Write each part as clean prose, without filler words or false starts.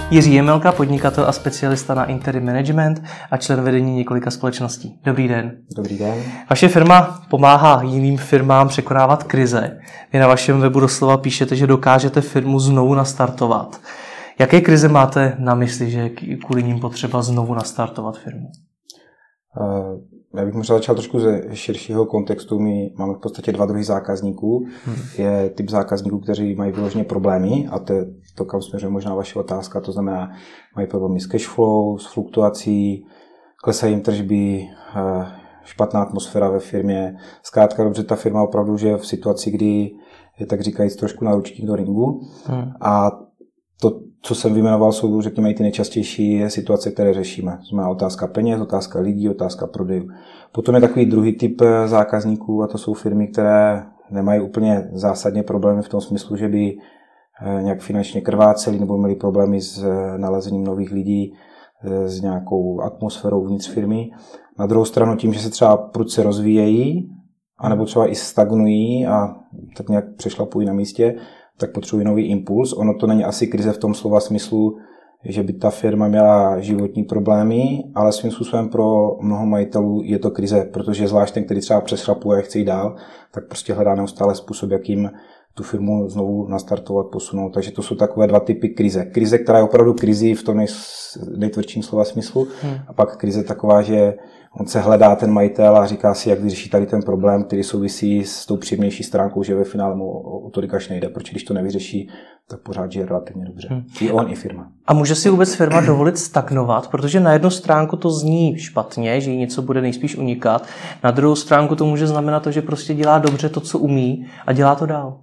Jiří Jemelka, podnikatel a specialista na interim management a člen vedení několika společností. Dobrý den. Dobrý den. Vaše firma pomáhá jiným firmám překonávat krize. Vy na vašem webu doslova píšete, že dokážete firmu znovu nastartovat. Jaké krize máte na mysli, že kvůli ním potřeba znovu nastartovat firmu? Já bych možná začal trošku ze širšího kontextu. My máme v podstatě dva druhy zákazníků. Je typ zákazníků, kteří mají vyloženě problémy, a to je to, kam směřuje možná vaše otázka, to znamená, mají problémy s cash flow, s fluktuací, klesají jim tržby, špatná atmosféra ve firmě. Zkrátka dobře, ta firma opravdu je v situaci, kdy je tak říkajíc trošku na ručník do ringu. A to, co jsem vyjmenoval, jsou, řekněme, i ty nejčastější situace, které řešíme. To znamená otázka peněz, otázka lidí, otázka prodejů. Potom je takový druhý typ zákazníků, a to jsou firmy, které nemají úplně zásadně problémy v tom smyslu, že by nějak finančně krváceli nebo měli problémy s nalezením nových lidí, s nějakou atmosférou uvnitř firmy. Na druhou stranu tím, že se třeba prudce rozvíjejí, anebo třeba i stagnují a tak nějak přešlapují na místě, tak potřebují nový impuls. Ono to není asi krize v tom slova smyslu, že by ta firma měla životní problémy, ale svým způsobem pro mnoho majitelů je to krize, protože zvlášť ten, který třeba přešlapuje a chce jít dál, tak prostě hledá neustále způsob, jakým tu firmu znovu nastartovat, posunout. Takže to jsou takové dva typy krize. Krize, která je opravdu krizí v tom nejtvrdším slova smyslu, a pak krize taková, že on se hledá ten majitel a říká si, jak vyřešit tady ten problém, který souvisí s tou příjemnější stránkou, že ve finále mu o to až nejde, protože když to nevyřeší, tak pořád žije relativně dobře. I on, i firma. A může si vůbec firma dovolit stagnovat, protože na jednu stránku to zní špatně, že jí něco bude nejspíš unikat, na druhou stránku to může znamenat to, že prostě dělá dobře to, co umí, a dělá to dál.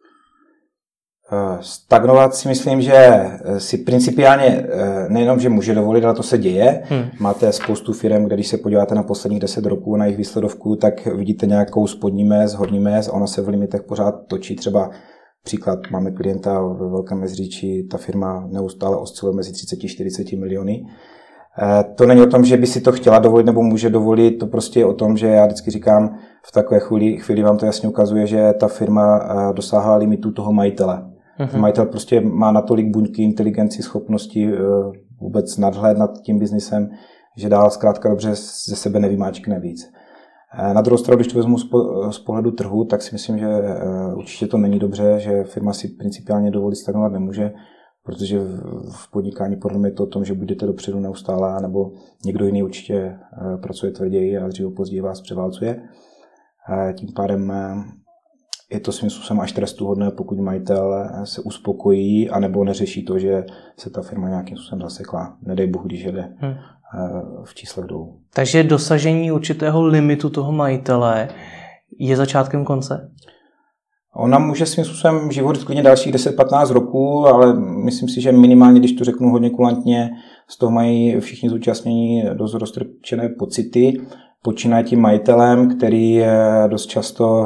Stagnovat si myslím, že si principiálně nejenom, že může dovolit, ale to se děje. Máte spoustu firm, kde když se podíváte na posledních 10 roků na jejich výsledovku, tak vidíte nějakou spodní mez, horní mez, a ona se v limitech pořád točí. Třeba příklad, máme klienta ve Velkém Meziříčí, ta firma neustále osciluje mezi 30-40 miliony. To není o tom, že by si to chtěla dovolit nebo může dovolit, to prostě je o tom, že já vždycky říkám, v takové chvíli vám to jasně ukazuje, že ta firma dosáhla limitu toho majitele. Ten majitel prostě má natolik buňky, inteligenci, schopnosti vůbec nadhled nad tím biznisem, že dál zkrátka dobře ze sebe nevymáčkne víc. Na druhou stranu, když to vezmu z pohledu trhu, tak si myslím, že určitě to není dobře, že firma si principiálně dovolit stagnovat nemůže, protože v podnikání podle mě je to o tom, že budete dopředu neustále, nebo někdo jiný určitě pracuje tvrději a dříve později vás převálcuje. Tím pádem je to svým způsobem až trestuhodné, pokud majitel se uspokojí anebo neřeší to, že se ta firma nějakým způsobem zasekla. Nedej Bůh, když jede v číslech dolů. Takže dosažení určitého limitu toho majitele je začátkem konce? Ona může svým způsobem život klidně dalších 10-15 roků, ale myslím si, že minimálně, když to řeknu hodně kulantně, z toho mají všichni zúčastnění dost roztrpčené pocity. Počínaje tím majitelem, který dost často,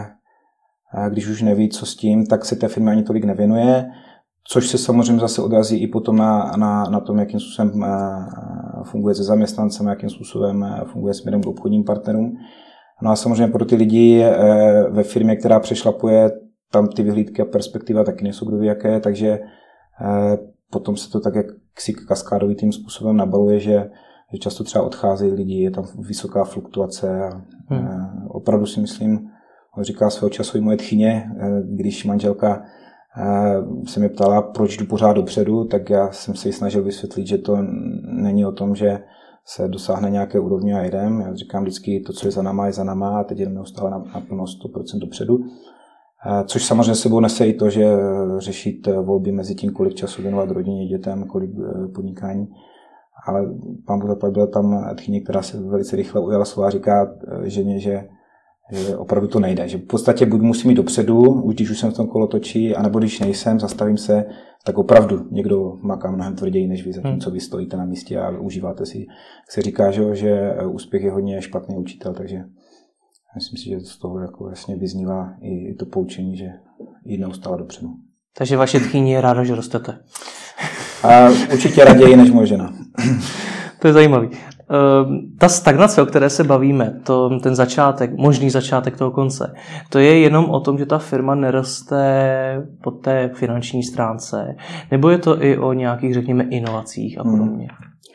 když už neví, co s tím, tak se té firmě ani tolik nevěnuje, což se samozřejmě zase odrazí i potom na tom, jakým způsobem funguje se zaměstnancem, jakým způsobem funguje směrem k obchodním partnerům. No a samozřejmě pro ty lidi ve firmě, která přešlapuje, tam ty vyhlídky a perspektiva taky nejsou kdo ví jaké, takže potom se to tak jaksi kaskádovitým způsobem nabaluje, že často třeba odcházejí lidi, je tam vysoká fluktuace a opravdu si myslím, on říká svého času i moje tchyně, když manželka se mě ptala, proč jdu pořád dopředu, tak já jsem se jí snažil vysvětlit, že to není o tom, že se dosáhne nějaké úrovně a jedem. Já říkám vždycky, to, co je za náma a teď jdeme neustále na plno 100% dopředu. Což samozřejmě sebou nese i to, že řešit volby mezi tím, kolik času věnovat rodině, dětem, kolik podnikání. Ale pán Bůh zaplať, byla tam tchyně, která se velice rychle ujala slova a říká ženě, že opravdu to nejde. Že v podstatě buď musím jít dopředu, už když už jsem v tom kolotočí, anebo když nejsem, zastavím se, tak opravdu někdo maká mnohem tvrději než vy, zatímco vy stojíte na místě a užíváte si. Se říká, že úspěch je hodně špatný učitel, takže myslím si, že z toho jako jasně vyznívá i to poučení, že jít neustále dopředu. Takže vaše tchýně je ráda, že rostete. A určitě raději než moje žena. To je zajímavý. Ta stagnace, o které se bavíme, ten začátek, možný začátek toho konce, to je jenom o tom, že ta firma neroste po té finanční stránce, nebo je to i o nějakých, řekněme, inovacích a podobně?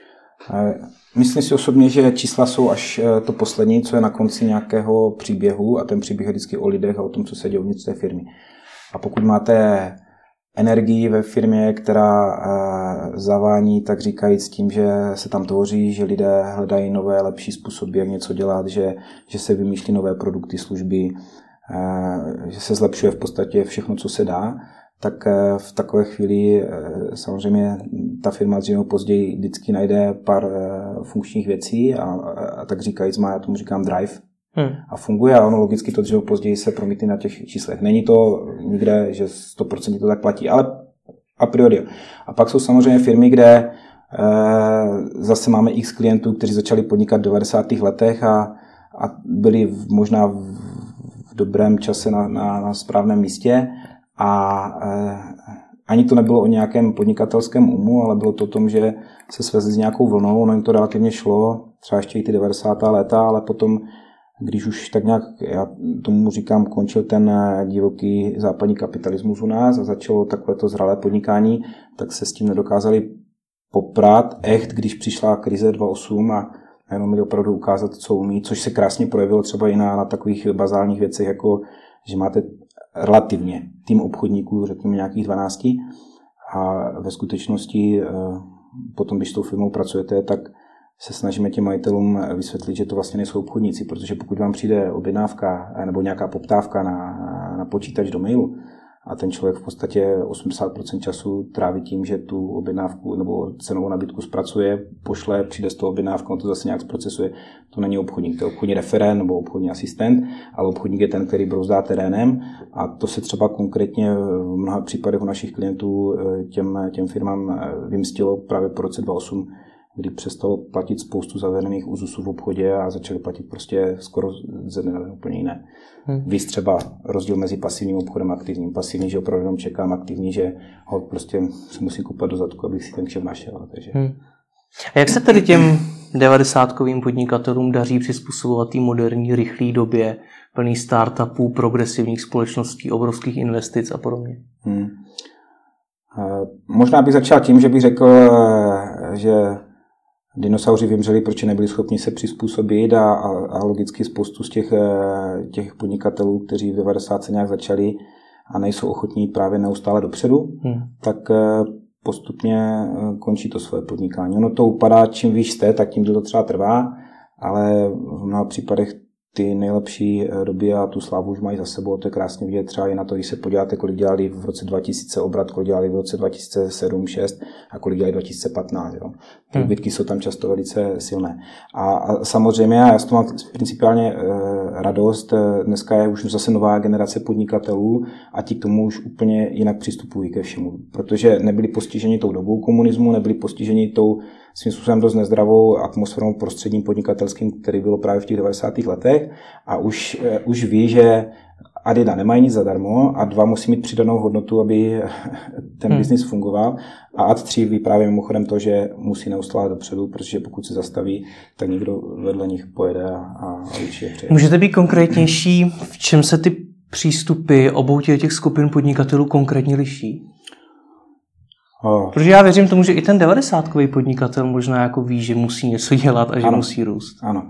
Myslím si osobně, že čísla jsou až to poslední, co je na konci nějakého příběhu, a ten příběh je vždycky o lidech a o tom, co se děje uvnitř té firmy. A pokud máte energii ve firmě, která zavání, tak říkajíc tím, že se tam tvoří, že lidé hledají nové, lepší způsoby, jak něco dělat, že se vymýšlí nové produkty, služby, že se zlepšuje v podstatě všechno, co se dá, tak v takové chvíli samozřejmě ta firma dřív nebo později vždycky najde pár funkčních věcí a tak říkajíc má, já tomu říkám drive, a funguje a ono logicky to dřív později se promítne na těch číslech. Není to nikde, že 100% to tak platí, ale a priori. A pak jsou samozřejmě firmy, kde zase máme x klientů, kteří začali podnikat v 90. letech a byli možná v dobrém čase na správném místě a ani to nebylo o nějakém podnikatelském umu, ale bylo to o tom, že se svezli s nějakou vlnou, ono jim to relativně šlo, třeba ještě i ty 90. léta, ale potom, když už tak nějak, já tomu říkám, končil ten divoký západní kapitalismus u nás a začalo takovéto zralé podnikání, tak se s tím nedokázali poprat. Když přišla krize 2008 a jenom měli opravdu ukázat, co umí, což se krásně projevilo třeba i na takových bazálních věcech, jako že máte relativně tým obchodníků, řekněme nějakých 12, a ve skutečnosti potom, když s tou firmou pracujete, tak se snažíme těm majitelům vysvětlit, že to vlastně nejsou obchodníci, protože pokud vám přijde objednávka nebo nějaká poptávka na počítač do mailu a ten člověk v podstatě 80% času tráví tím, že tu objednávku nebo cenovou nabídku zpracuje, pošle, přijde z toho objednávka, on to zase nějak zprocesuje, to není obchodník, to je obchodní referent nebo obchodní asistent, ale obchodník je ten, který brouzdá terénem, a to se třeba konkrétně v mnoha případech u našich klientů těm firmám vymstilo právě po roce 2008, kdy přestalo platit spoustu zavedených úzusů v obchodě a začali platit prostě skoro ze dne na den úplně jiné. Víc třeba rozdíl mezi pasivním obchodem a aktivním. Pasivní, že opravdu jenom čekám, aktivní, že ho prostě se musí kopat do zadku, abych si ten kšev našel. Takže. A jak se tedy těm 90kovým podnikatelům daří přizpůsobovat té moderní, rychlé době, plný startupů, progresivních společností, obrovských investic a podobně? Možná bych začal tím, že bych řekl, že dinosauři vymřeli, protože nebyli schopni se přizpůsobit a logicky spoustu z těch podnikatelů, kteří v 90 nějak začali a nejsou ochotní právě neustále dopředu, tak postupně končí to svoje podnikání. Ono to upadá, čím výš jste, tak tím to třeba trvá, ale v mnoha případech ty nejlepší doby a tu slávu už mají za sebou. To je krásně vidět třeba i na to, když se podíváte, kolik dělali v roce 2000 obrat, kolik dělali v roce 2007, 2006 a kolik dělali 2015. Jo. Ty úbytky jsou tam často velice silné. A samozřejmě, já z toho mám principiálně radost, dneska je už zase nová generace podnikatelů a ti k tomu už úplně jinak přistupují ke všemu, protože nebyli postiženi tou dobou komunismu, nebyli postiženi tou svým způsobem dost nezdravou atmosférou prostředím podnikatelským, který bylo právě v těch 90. letech, a už ví, že ad 1 nemají nic zadarmo a 2 musí mít přidanou hodnotu, aby ten biznis fungoval, a ad 3 ví právě mimochodem to, že musí neustále dopředu, protože pokud se zastaví, tak někdo vedle nich pojede a učí je přeje. Můžete být konkrétnější, v čem se ty přístupy obou těch skupin podnikatelů konkrétně liší? Protože já věřím tomu, že i ten 90kový podnikatel možná jako ví, že musí něco dělat a že musí růst. Ano.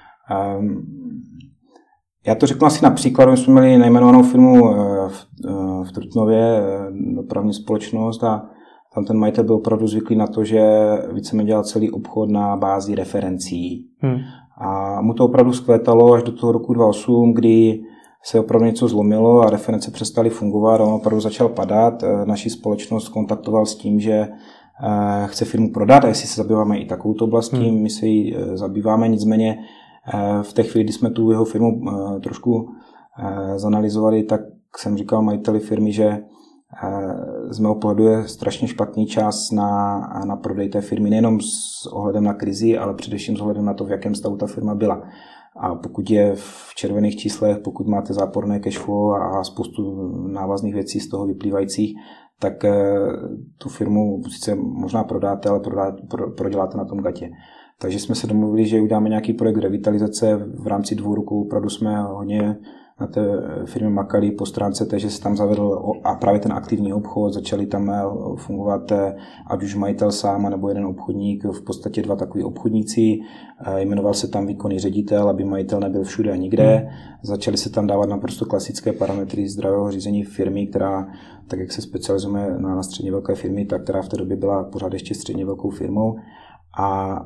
Já to řeknu asi na příkladu. My jsme měli nejmenovanou firmu v Trutnově, dopravní společnost, a tam ten majitel byl opravdu zvyklý na to, že víceméně dělal celý obchod na bázi referencí. A mu to opravdu zkvétalo až do toho roku 2008, kdy se opravdu něco zlomilo a reference přestaly fungovat a on opravdu začal padat. Naši společnost kontaktoval s tím, že chce firmu prodat, a jestli se zabýváme i takovou oblastí, my se jí zabýváme, nicméně v té chvíli, kdy jsme tu jeho firmu trošku zanalyzovali, tak jsem říkal majiteli firmy, že z mého pohledu je strašně špatný čas na prodej té firmy, nejenom s ohledem na krizi, ale především s ohledem na to, v jakém stavu ta firma byla. A pokud je v červených číslech, pokud máte záporné cashflow a spoustu návazných věcí z toho vyplývajících, tak tu firmu sice možná prodáte, ale proděláte na tom gatě. Takže jsme se domluvili, že uděláme nějaký projekt revitalizace v rámci 2 roků. Opravdu jsme hodně na té firmě makali po stránce, takže se tam zavedl a právě ten aktivní obchod, začali tam fungovat ať už majitel sám, nebo jeden obchodník, v podstatě 2 takový obchodníci, jmenoval se tam výkonný ředitel, aby majitel nebyl všude a nikde. Začaly se tam dávat naprosto klasické parametry zdravého řízení firmy, která, tak jak se specializujeme na středně velké firmy, tak která v té době byla pořád ještě středně velkou firmou. A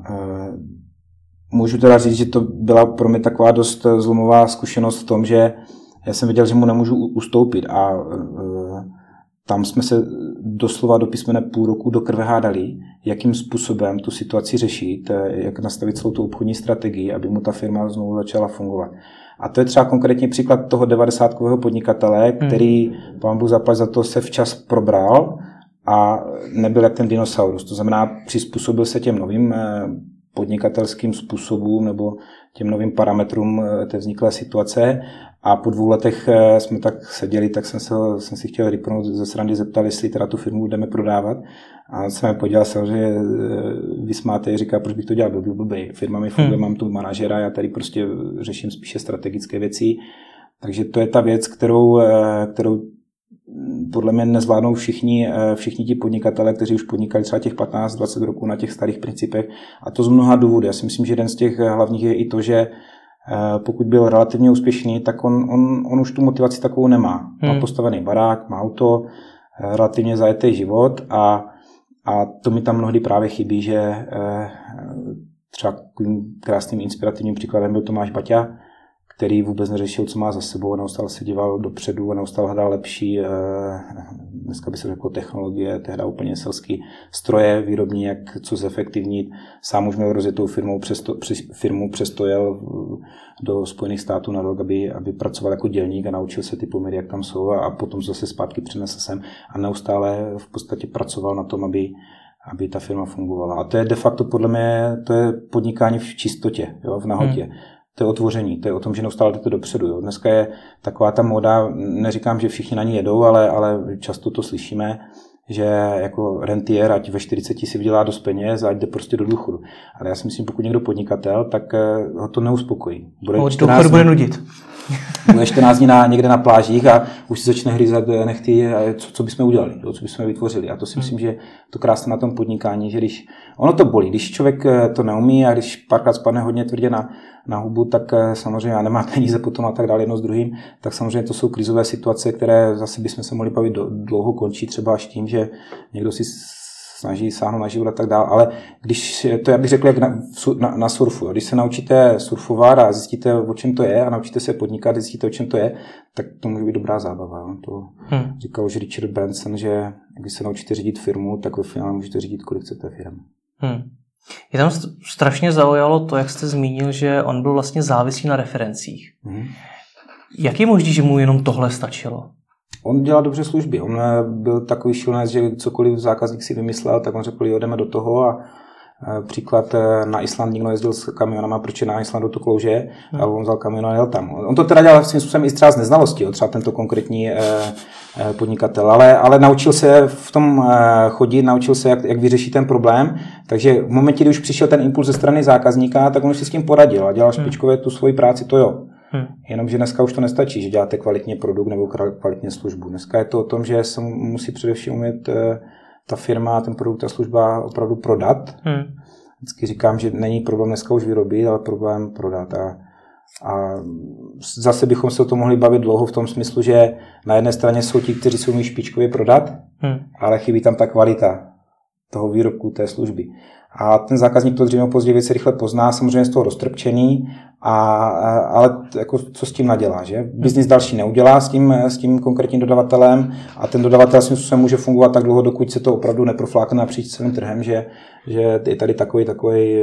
můžu teda říct, že to byla pro mě taková dost zlomová zkušenost v tom, že já jsem věděl, že mu nemůžu ustoupit a tam jsme se doslova do písmene půl roku do krve hádali, jakým způsobem tu situaci řešit, jak nastavit celou tu obchodní strategii, aby mu ta firma znovu začala fungovat. A to je třeba konkrétně příklad toho 90kového podnikatele, který, pán Bůh zaplať za to, se včas probral a nebyl jak ten dinosaurus. To znamená, přizpůsobil se těm novým podnikatelským způsobům nebo těm novým parametrům té vzniklé situace a po 2 letech jsme tak seděli, tak jsem si chtěl rypnout ze srandy, zeptal, jestli teda tu firmu budeme prodávat a jsem podíval samozřejmě vysmátej, říká, proč bych to dělal, byl blbej. Firma mi funguje, mám tu manažera, já tady prostě řeším spíše strategické věci, takže to je ta věc, kterou podle mě nezvládnou všichni ti podnikatelé, kteří už podnikali třeba těch 15-20 roků na těch starých principech. A to z mnoha důvodů. Já si myslím, že jeden z těch hlavních je i to, že pokud byl relativně úspěšný, tak on už tu motivaci takovou nemá. Má postavený barák, má auto, relativně zajetý život a to mi tam mnohdy právě chybí, že třeba krásným inspirativním příkladem byl Tomáš Baťa, který vůbec neřešil, co má za sebou, neustále se díval dopředu a neustále hledal lepší, dneska by se řeklo technologie, tehdy úplně selský stroje výrobní, jak co zefektivnit. Sám už měl rozjetou firmu, přesto jel do Spojených států na rok, aby pracoval jako dělník a naučil se ty poměry, jak tam jsou a potom zase zpátky přinesl sem a neustále v podstatě pracoval na tom, aby ta firma fungovala. A to je de facto podle mě, to je podnikání v čistotě, jo, v nahotě. To je otvoření, to je o tom, že neustále jdete dopředu. Jo. Dneska je taková ta móda, neříkám, že všichni na ní jedou, ale často to slyšíme, že jako rentier, ať ve 40 si vydělá dost peněz a ať jde prostě do důchodu. Ale já si myslím, pokud někdo podnikatel, tak ho to neuspokojí. Bude nudit. Bude 14 dní někde na plážích a už si začne hryzat nechty, co bychom udělali, co bychom vytvořili. A to si myslím, že to krásné na tom podnikání, že když ono to bolí, když člověk to neumí a když párkrát spadne hodně tvrdě na hubu, tak samozřejmě a nemá peníze potom a tak dále jedno s druhým, tak samozřejmě to jsou krizové situace, které zase bychom se mohli bavit dlouho, končí třeba až tím, že někdo si snaží sáhnout na život a tak dále, ale když to já bych řekl jak na surfu, když se naučíte surfovat a zjistíte, o čem to je a naučíte se podnikat, zjistíte, o čem to je, tak to může být dobrá zábava. To říkal už Richard Branson, že když se naučíte řídit firmu, tak ve finále můžete řídit, kolik chcete firm. Je tam strašně zaujalo to, jak jste zmínil, že on byl vlastně závislý na referencích. Jak je možné, že mu jenom tohle stačilo? On dělal dobře služby. On byl takový šílenec, že cokoliv zákazník si vymyslel, tak on řekl, jdeme do toho a příklad na Island někdo jezdil s kamionama, protože na Islandu to klouže a on vzal kamion a jel tam. On to teda dělal svým způsobem i třeba z neznalosti, třeba tento konkrétní podnikatel, ale naučil se v tom chodit, naučil se, jak vyřešit ten problém, takže v momentě, kdy už přišel ten impuls ze strany zákazníka, tak on si s tím poradil a dělal špičkově tu svoji práci, to jo. Jenomže dneska už to nestačí, že děláte kvalitně produkt nebo kvalitně službu. Dneska je to o tom, že se musí především umět ta firma, ten produkt, ta služba opravdu prodat. Vždycky říkám, že není problém dneska už vyrobit, ale problém prodat. A zase bychom se o tom mohli bavit dlouho v tom smyslu, že na jedné straně jsou ti, kteří se umí špičkově prodat, ale chybí tam ta kvalita toho výrobku, té služby. A ten zákazník to dříve později věci rychle pozná, samozřejmě z toho roztrpčený, ale jako co s tím nadělá, že? Biznis další neudělá s tím konkrétním dodavatelem a ten dodavatel svým způsobem může fungovat tak dlouho, dokud se to opravdu neproflákne napříč celým trhem, že je tady takový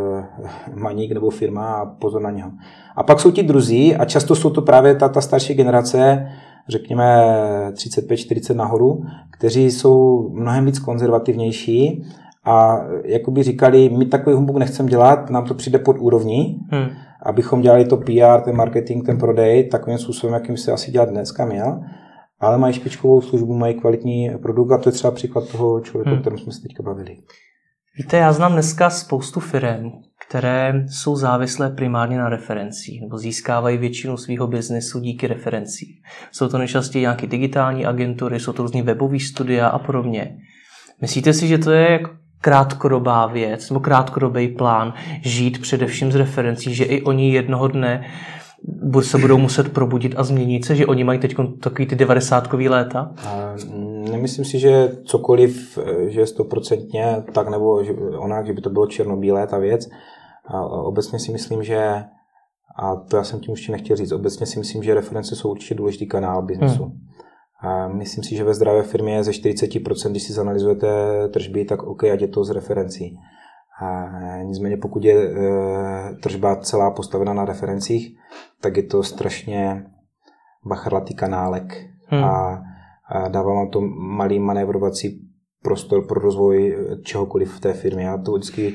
maník nebo firma a pozor na něho. A pak jsou ti druzí a často jsou to právě ta starší generace, řekněme 35-40 nahoru, kteří jsou mnohem víc konzervativnější a jakoby říkali, my takový humbug nechceme dělat, nám to přijde pod úrovní, abychom dělali to PR, ten marketing, ten prodej, takovým způsobem, jakým se asi dělat dneska měl, ale mají špičkovou službu, mají kvalitní produkt a to je třeba příklad toho člověka, o kterém jsme se teďka bavili. Víte, já znám dneska spoustu firem, které jsou závislé primárně na referencích nebo získávají většinu svého biznesu díky referencím. Jsou to nejčastěji nějaké digitální agentury, jsou to různý webový studia a podobně. Myslíte si, že to je krátkodobá věc nebo krátkodobý plán žít především z referencí, že i oni jednoho dne se budou muset probudit a změnit se, že oni mají teď takový ty 90kový léta? Nemyslím si, že cokoliv, že 100% tak nebo onak, že by to bylo černobílé ta věc. A obecně si myslím, že, a to já jsem tím určitě nechtěl říct, obecně si myslím, že reference jsou určitě důležitý kanál biznesu. A myslím si, že ve zdravé firmě ze 40%, když si zanalyzujete tržby, tak OK, ať je to z referencí. A nicméně pokud je tržba celá postavena na referencích, tak je to strašně bachrlatý kanálek a dává vám to malý manévrovací prostor pro rozvoj čehokoliv v té firmě. Já to vždycky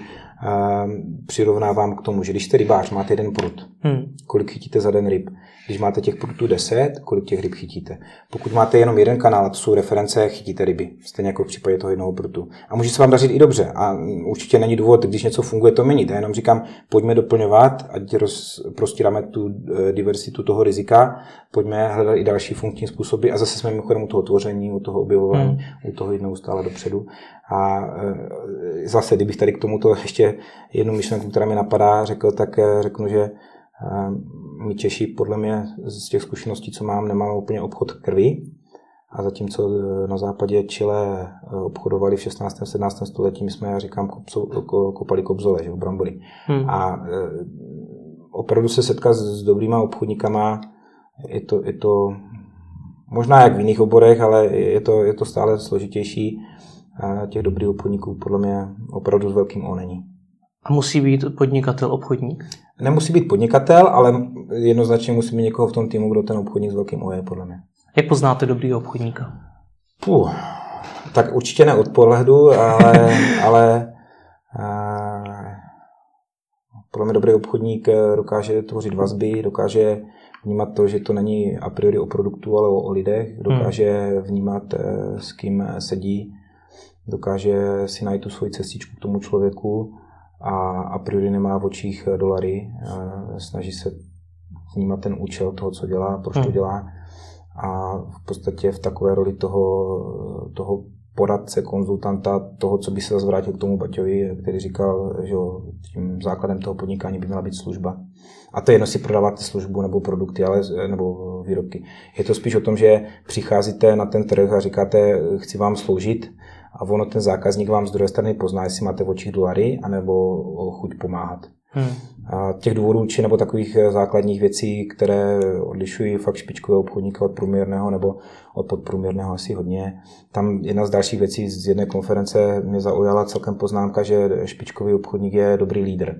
přirovnávám k tomu, že když jste rybář, máte jeden prut, kolik chytíte za den ryb. Když máte těch prutů 10, kolik těch ryb chytíte. Pokud máte jenom jeden kanál, a to jsou reference, chytíte ryby. Stejně jako v případě toho jednoho prutu. A může se vám dařit i dobře. A určitě není důvod, když něco funguje, to měnit. Já jenom říkám, pojďme doplňovat, ať prostíráme tu diversitu toho rizika, pojďme hledat i další funkční způsoby a zase jsme mimochodem u toho tvoření, u toho objevování, u toho jít neustále dopředu. A zase, kdybych tady k tomuto ještě jednu myšlenku, která mi napadá, tak řeknu, že my Češi, podle mě, z těch zkušeností, co mám, nemáme úplně obchod krvi. A zatímco na západě Chile obchodovali v 16. a 17. století, my jsme, já říkám, kopali kobzole, že, brambory. A opravdu se setkat s dobrýma obchodníkama, je to možná jak v jiných oborech, ale je to stále složitější. Těch dobrých obchodníků podle mě opravdu s velkým O není. A musí být podnikatel obchodník? Nemusí být podnikatel, ale jednoznačně musí být někoho v tom týmu, kdo ten obchodník s velkým O je, podle mě. Jak poznáte dobrýho obchodníka? Tak určitě ne od pohledu, ale podle mě dobrý obchodník dokáže tvořit vazby, dokáže vnímat to, že to není a priori o produktu, ale o lidech, dokáže vnímat, s kým sedí, dokáže si najít tu svoji cestičku k tomu člověku a priori nemá v očích dolary, snaží se vnímat ten účel toho, co dělá, proč to dělá a v podstatě v takové roli toho poradce, konzultanta, toho, co by se zase vrátil k tomu Baťovi, který říkal, že tím základem toho podnikání by měla být služba. A to je jedno, si prodáváte službu nebo produkty, nebo výrobky. Je to spíš o tom, že přicházíte na ten trh a říkáte, chci vám sloužit a ono ten zákazník vám z druhé strany pozná, jestli máte v očích dolary, anebo chuť pomáhat. A těch důvodů, či nebo takových základních věcí, které odlišují fakt špičkového obchodníka od průměrného nebo od podprůměrného asi hodně. Tam jedna z dalších věcí z jedné konference mě zaujala celkem poznámka, že špičkový obchodník je dobrý lídr.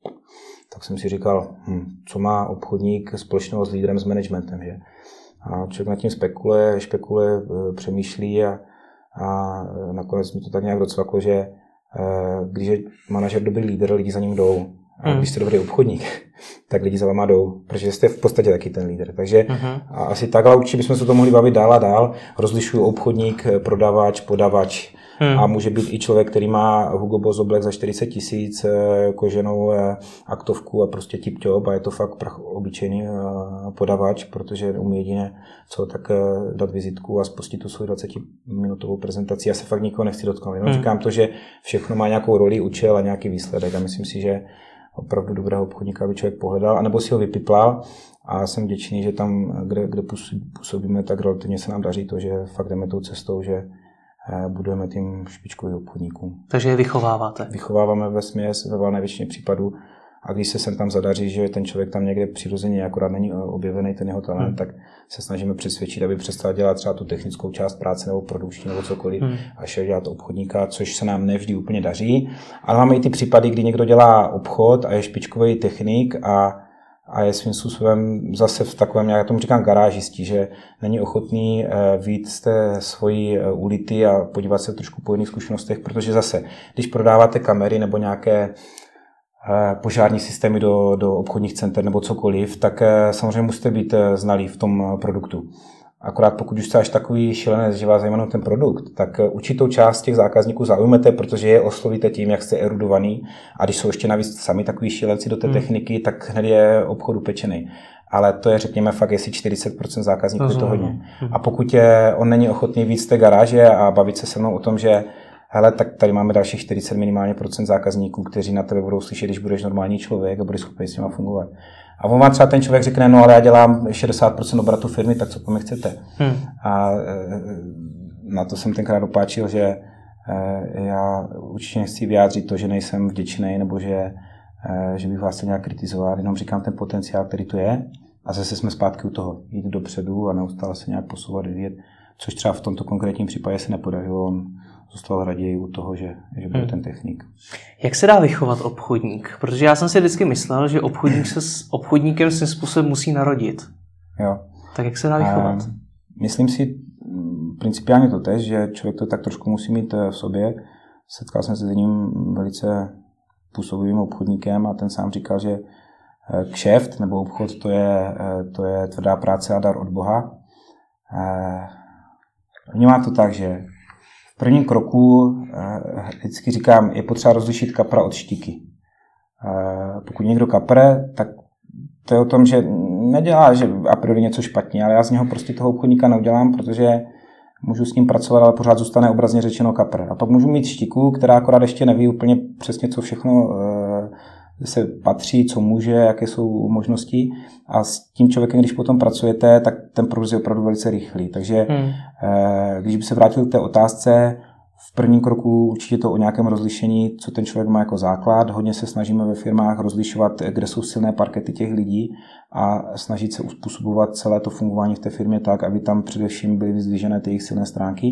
Tak jsem si říkal, co má obchodník společného s lídrem, s managementem, že? A člověk nad tím špekuluje, přemýšlí a nakonec mi to tak nějak docvaklo, že když je manažer dobrý lídr, lidi za ním jdou. A když jste dobrý obchodník, tak lidi za váma jdou, protože jste v podstatě taky ten lídr. Takže asi tak, ale určitě bychom se to mohli bavit dál a dál. Rozlišuju obchodník, prodavač, podavač. A může být i člověk, který má Hugo Boss oblek za 40 000, koženou aktovku a prostě tip-top a je to fakt obyčejný podavač, protože umí jedině co, tak dát vizitku a spustit tu svou 20-minutovou prezentaci. Já se fakt nikoho nechci dotknout. Jenom říkám to, že všechno má nějakou roli, účel a nějaký výsledek a myslím si, že opravdu dobrého obchodníka by člověk pohledal, anebo si ho vypiplal a jsem vděčný, že tam, kde působíme, tak relativně se nám daří to, že fakt jdeme tou cestou, že budujeme tým špičkových obchodníků. Takže je vychováváte? Vychováváme vesměs, ve valné většině případů a když se sem tam zadaří, že ten člověk tam někde přirozeně akorát není objevený ten jeho talent, tak se snažíme přesvědčit, aby přestal dělat třeba tu technickou část práce nebo produkční nebo cokoliv a šel dělat obchodníka, což se nám nevždy úplně daří. Ale máme i ty případy, kdy někdo dělá obchod a je špičkový technik a je svým způsobem zase v takovém, já tomu říkám garážistí, že není ochotný vyjít z té svojí ulity a podívat se trošku po jiných zkušenostech, protože zase, když prodáváte kamery nebo nějaké požární systémy do obchodních center nebo cokoliv, tak samozřejmě musíte být znalí v tom produktu. Akorát pokud už jste až takový šílenec, že vás zajímá ten produkt, tak určitou část těch zákazníků zaujmete, protože je oslovíte tím, jak jste erudovaný. A když jsou ještě navíc sami takový šílenci do té techniky, tak hned je obchod upečený. Ale to je, řekněme, fakt, jestli 40% zákazníků je to hodně. A pokud on není ochotný víc z té garáže a bavit se se mnou o tom, že hele, tak tady máme dalších 40 minimálně procent zákazníků, kteří na tebe budou slyšet, když budeš normální člověk a budeš schopný s nima fungovat. A on vám třeba ten člověk řekne, no ale já dělám 60% obratu firmy, tak co po mě chcete? A na to jsem tenkrát dopáčil, že já určitě nechci vyjádřit to, že nejsem vděčný nebo že bych vás chtěl nějak kritizovat, jenom říkám ten potenciál, který tu je a zase jsme zpátky u toho, jít dopředu a neustále se nějak posouvat, vyvíjet, což třeba v tomto konkrétním případě se nepodařilo, on zůstal raději u toho, že byl ten technik. Jak se dá vychovat obchodník? Protože já jsem si vždycky myslel, že obchodník se s obchodníkem svým způsobem musí narodit. Jo. Tak jak se dá vychovat? Myslím si principiálně to tež, že člověk to tak trošku musí mít v sobě. Setkal jsem se s jedním velice působivým obchodníkem a ten sám říkal, že kšeft nebo obchod to je tvrdá práce a dar od Boha. Vnímám to tak, že v prvním kroku vždycky říkám, je potřeba rozlišit kapra od štíky. Pokud někdo kapre, tak to je o tom, že nedělá, že a priori něco špatně, ale já z něho prostě toho obchodníka neudělám, protože můžu s ním pracovat, ale pořád zůstane obrazně řečeno kapr. A pak můžu mít štíku, která akorát ještě neví úplně přesně, co všechno se patří, co může, jaké jsou možnosti. A s tím člověkem, když potom pracujete, tak ten proces je opravdu velice rychlý. Takže když by se vrátil k té otázce, v prvním kroku určitě to o nějakém rozlišení, co ten člověk má jako základ. Hodně se snažíme ve firmách rozlišovat, kde jsou silné parkety těch lidí a snažit se uspůsobovat celé to fungování v té firmě tak, aby tam především byly vyzdvižené ty jejich silné stránky.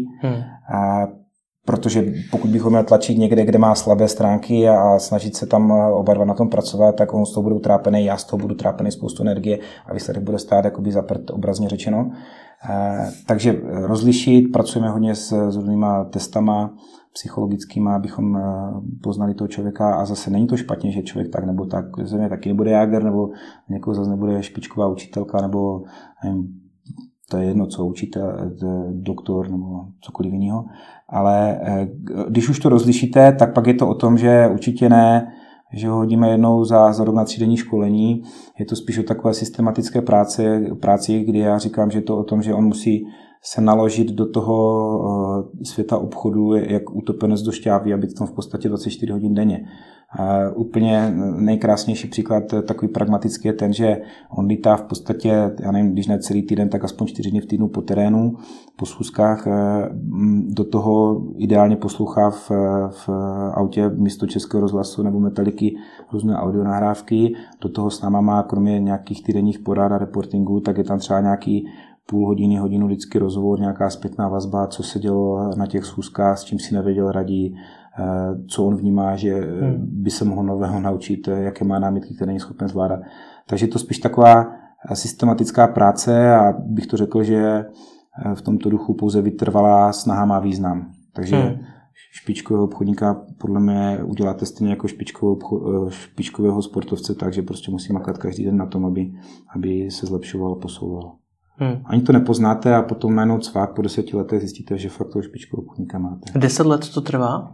Protože pokud bych ho měl tlačit někde, kde má slabé stránky a snažit se tam oba dva na tom pracovat, tak on z toho bude utrápený, já z toho budu utrápený spoustu energie a výsledek bude stát jakoby zaprt, obrazně řečeno. Takže rozlišit, pracujeme hodně s různýma testama psychologickýma, abychom poznali toho člověka a zase není to špatně, že člověk tak nebo tak, země taky nebude jáger, nebo někoho zase nebude špičková učitelka, nebo nevím, to je jedno, co učitel, doktor nebo cokoliv jiného. Ale když už to rozlišíte, tak pak je to o tom, že určitě ne, že ho hodíme jednou za rok na 3denní školení. Je to spíš o takové systematické práci, kdy já říkám, že je to o tom, že on musí se naložit do toho světa obchodu, jak utopenec do šťávy, aby tam v podstatě 24 hodin denně. Úplně nejkrásnější příklad takový pragmatický je ten, že on lítá v podstatě, já nevím, když ne celý týden, tak aspoň 4 dny v týdnu po terénu, po schůzkách, do toho ideálně poslouchá v autě místo Českého rozhlasu nebo Metaliky různé audionahrávky, do toho s náma má kromě nějakých týdenních porad a reportingů, tak je tam třeba nějaký půl hodiny, hodinu vždycky rozhovor, nějaká zpětná vazba, co se dělo na těch schůzkách, s čím si nevěděl radí, co on vnímá, že by se mohl nového naučit, jaké má námitky, které není schopen zvládat. Takže to spíš taková systematická práce a bych to řekl, že v tomto duchu pouze vytrvalá snaha má význam. Takže špičkového obchodníka podle mě uděláte stejně jako špičkového sportovce, takže prostě musí makat každý den na tom, aby se zlepšoval a posouval. Ani to nepoznáte a potom najednou cvák po 10 letech zjistíte, že fakt toho špičkového obchodníka máte. 10 let to trvá?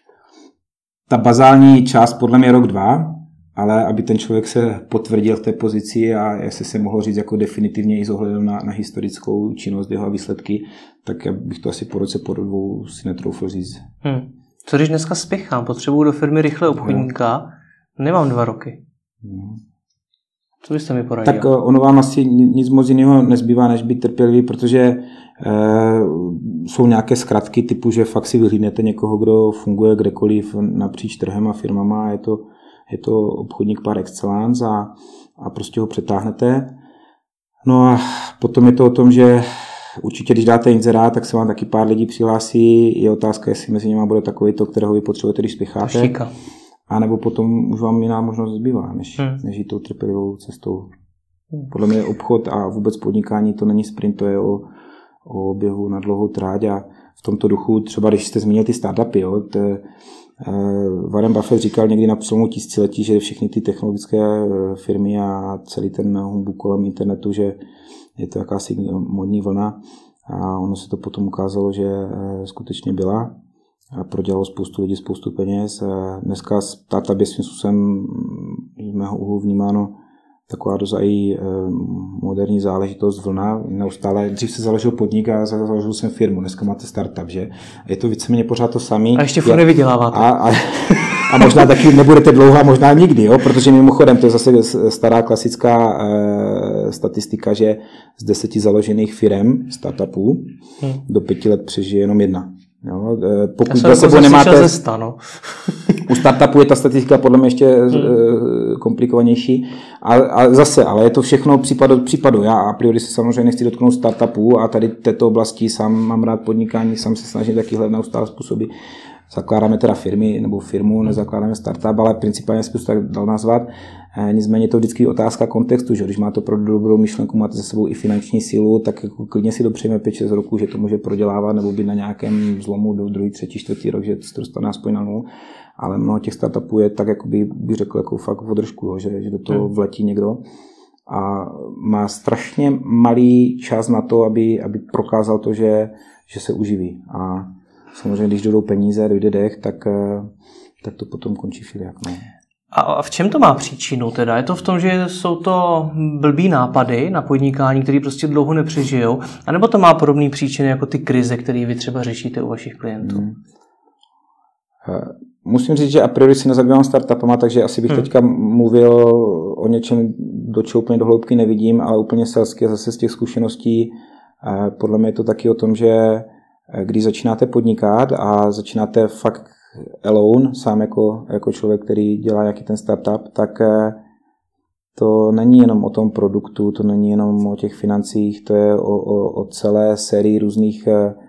Ta bazální část podle mě rok, 2, ale aby ten člověk se potvrdil v té pozici a jestli se mohlo říct jako definitivně i s ohledem na historickou činnost jeho výsledky, tak bych to asi po roce, po 2 si netroufl říct. Co když dneska spěchám, potřebuju do firmy rychle obchodníka, nemám 2 roky. Co byste mi poradil? Tak ono vám asi nic moc jiného nezbývá, než být trpělivý, protože jsou nějaké zkratky typu, že fakt si vyhlídnete někoho, kdo funguje kdekoliv napříč trhem a firmama, je to obchodník par excellence a prostě ho přetáhnete. No a potom je to o tom, že určitě, když dáte inzerát, tak se vám taky pár lidí přihlásí. Je otázka, jestli mezi nimi bude takový to, kterého vy potřebujete, když spěcháte. A nebo potom už vám jiná možnost zbývá, než jít tou trpělivou cestou. Podle mě obchod a vůbec podnikání to není sprint, to je o oběhu na dlouhou tráť a v tomto duchu, třeba když jste zmínil ty startupy, Warren Buffett říkal někdy na přelomu tisíciletí, že všechny ty technologické firmy a celý ten humbuk kolem internetu, že je to jakási modní vlna a ono se to potom ukázalo, že skutečně byla. A prodělalo spoustu lidí, spoustu peněz. Dneska startup je svým způsobem z mého úhlu vnímáno taková dost moderní záležitost, vlna. Neustále, dřív se založil podnik a založil jsem firmu, dneska máte startup, že? Je to víceméně pořád to samý. A ještě furt nevyděláváte. A možná taky nebudete dlouho, a možná nikdy, jo? Protože mimochodem to je zase stará klasická statistika, že z 10 založených firem, startupů, do 5 let přežije jenom jedna. Jo, pokud za sebou nemáte... U startupu je ta statistika podle mě ještě komplikovanější. Ale je to všechno případ od případu. Já a priori se samozřejmě nechci dotknout startupů a tady této oblasti sám mám rád podnikání, sám se snažím taky hledat neustále způsoby. Zakládáme teda firmy nebo firmu, nezakládáme startup, ale principálně se to tak dal nazvat. Nicméně to vždycky otázka kontextu, že když máte opravdu dobrou myšlenku, máte za sebou i finanční sílu, tak jako klidně si dopřejeme 5-6 roků, že to může prodělávat nebo být na nějakém zlomu do 2., 3., 4. rok, že se to dostane aspoň na nulu. Ale mnoho těch startupů je tak, jako bych řekl, jako fakt v držku, že do toho vletí někdo a má strašně malý čas na to, aby prokázal to, že se uživí. A samozřejmě, když dojdou peníze, dojde dech, tak to potom končí všelijak. No. A v čem to má příčinu teda? Je to v tom, že jsou to blbý nápady na podnikání, které prostě dlouho nepřežijou? A nebo to má podobné příčiny jako ty krize, které vy třeba řešíte u vašich klientů? Musím říct, že a priori si nezabývám startupama, takže asi bych teďka mluvil o něčem, do čeho úplně do hloubky nevidím, ale úplně selsky zase z těch zkušeností. Podle mě je to taky o tom, že když začínáte podnikat a začínáte fakt alone, sám jako člověk, který dělá nějaký ten startup, tak to není jenom o tom produktu, to není jenom o těch financích, to je o celé sérii různých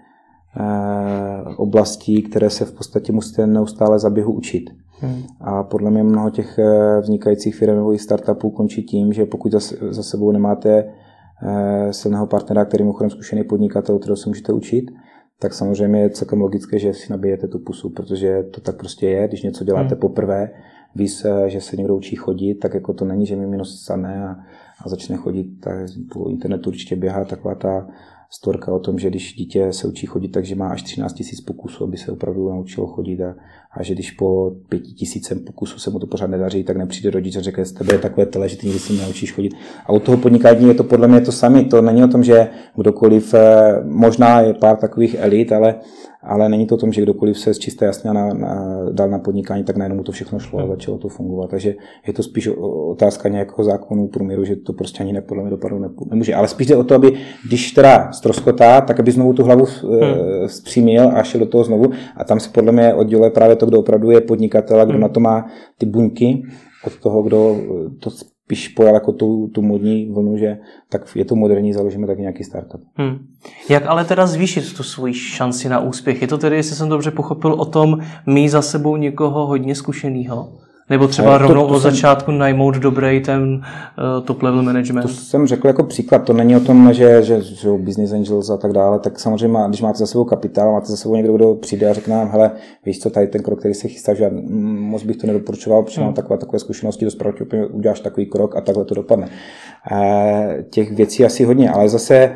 oblastí, které se v podstatě musíte neustále za běhu učit. A podle mě mnoho těch vznikajících firm nebo i startupů končí tím, že pokud za sebou nemáte silného partnera, který mimochodem zkušený podnikatel, kterého se můžete učit, tak samozřejmě je celkem logické, že si nabijete tu pusu, protože to tak prostě je, když něco děláte poprvé, víš, že se někdo učí chodit, tak jako to není, že mimino stane a začne chodit, tak po internetu určitě běhá taková ta storka o tom, že když dítě se učí chodit, takže má až 13 000 pokusů, aby se opravdu naučilo chodit a že když po 5 000 pokusů se mu to pořád nedaří, tak nepřijde rodič a řekne, z tebe je takové tele, že ty nikdy si naučíš chodit. A u toho podnikání je to podle mě to samé. To není o tom, že kdokoliv, možná je pár takových elit, ale není to o tom, že kdokoliv se z čisté jasně dal na podnikání, tak najednou mu to všechno šlo a začalo to fungovat. Takže je to spíš otázka nějakého zákonu průměru, že to prostě ani podle mě dopadnout nemůže. Ale spíš jde o to, aby když teda ztroskotá, tak aby znovu tu hlavu zpřímil a šel do toho znovu. A tam se podle mě odděluje právě to, kdo opravdu je podnikatel a kdo na to má ty buňky, od toho, kdo to spíš pojal jako tu modní vlnu, že tak je to moderní, založíme tak nějaký startup. Jak ale teda zvýšit tu svoji šanci na úspěch? Je to tedy, jestli jsem dobře pochopil, o tom mít za sebou někoho hodně zkušenýho? Nebo třeba rovnou od začátku najmout dobrý ten top level management? To jsem řekl jako příklad, to není o tom, že business angels a tak dále, tak samozřejmě, když máte za sebou kapitál, máte za sebou někdo, kdo přijde a řekne nám, hele, víš co, tady ten krok, který se chystá, že moc bych to nedoporučoval, protože mám takové zkušenosti, dost pravděpodobně uděláš takový krok a takhle to dopadne. Těch věcí asi hodně, ale zase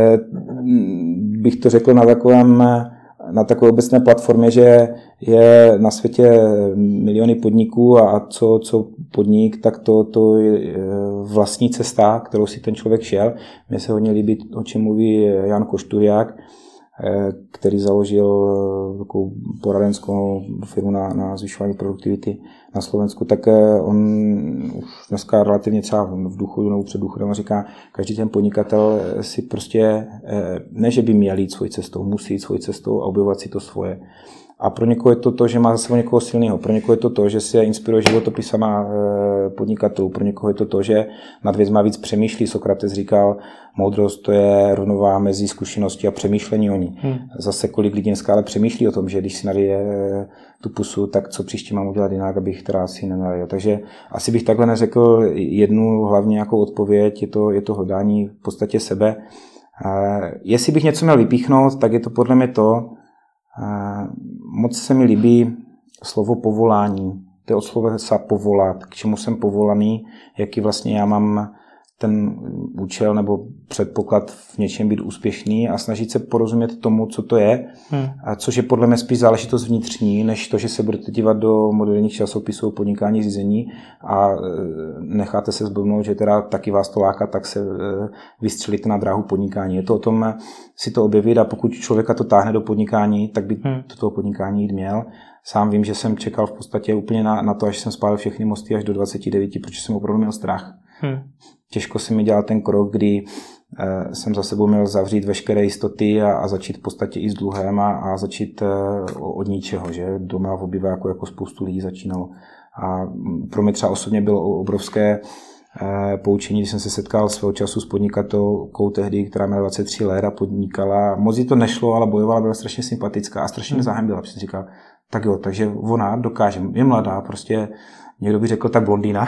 bych to řekl na takové obecné platformě, že je na světě miliony podniků a co podnik, tak to je vlastní cesta, kterou si ten člověk šel. Mně se hodně líbí, o čem mluví Jan Košturiak, který založil takovou poradenskou firmu na zvyšování produktivity na Slovensku, tak on už dneska relativně třeba v důchodu nebo před důchodem říká, každý ten podnikatel si prostě, ne že by měl jít svojí cestou, musí jít svojí cestou a objevovat si to svoje. A pro někoho je to, že má za sebou někoho silného, pro někoho je to, že se inspiruje životopisama podnikatelů, pro někoho je to, že nad věcma víc přemýšlí. Sokrates říkal, moudrost to je rovnováha mezi zkušeností a přemýšlení o ní. Zase kolik lidí dneska ale přemýšlí o tom, že když si nalije tu pusu, tak co příště mám udělat jinak, abych teda si nenalil. Takže asi bych takhle neřekl jednu hlavně nějakou odpověď, je to hledání v podstatě sebe. Jestli bych něco měl vypíchnout, tak je to podle mě to, moc se mi líbí slovo povolání. To je od slova povolat, k čemu jsem povolaný, jaký vlastně já mám ten účel nebo předpoklad v něčem být úspěšný a snažit se porozumět tomu, co to je, což je podle mě spíš záležitost vnitřní, než to, že se budete dívat do moderních časopisů o podnikání řízení a necháte se zblbnout, že teda taky vás to láká, tak se vystřelíte na dráhu podnikání. Je to o tom si to objevit a pokud člověka to táhne do podnikání, tak by do toho podnikání jít měl. Sám vím, že jsem čekal v podstatě úplně na to, až jsem spálil všechny mosty až do 29, protože jsem opravdu měl strach. Těžko se mi dělal ten krok, kdy jsem za sebou měl zavřít veškeré jistoty a začít v podstatě i s dluhem a začít od ničeho, že doma v obyváku jako spoustu lidí začínalo. A pro mě třeba osobně bylo obrovské poučení, když jsem se setkal svého času s podnikatelkou tehdy, která měla 23 let a podnikala. Moc jí to nešlo, ale bojovala, byla strašně sympatická a strašně mě zahambila, protože jsem říkal, tak jo, takže ona dokáže, je mladá, prostě někdo by řekl tak blondýna.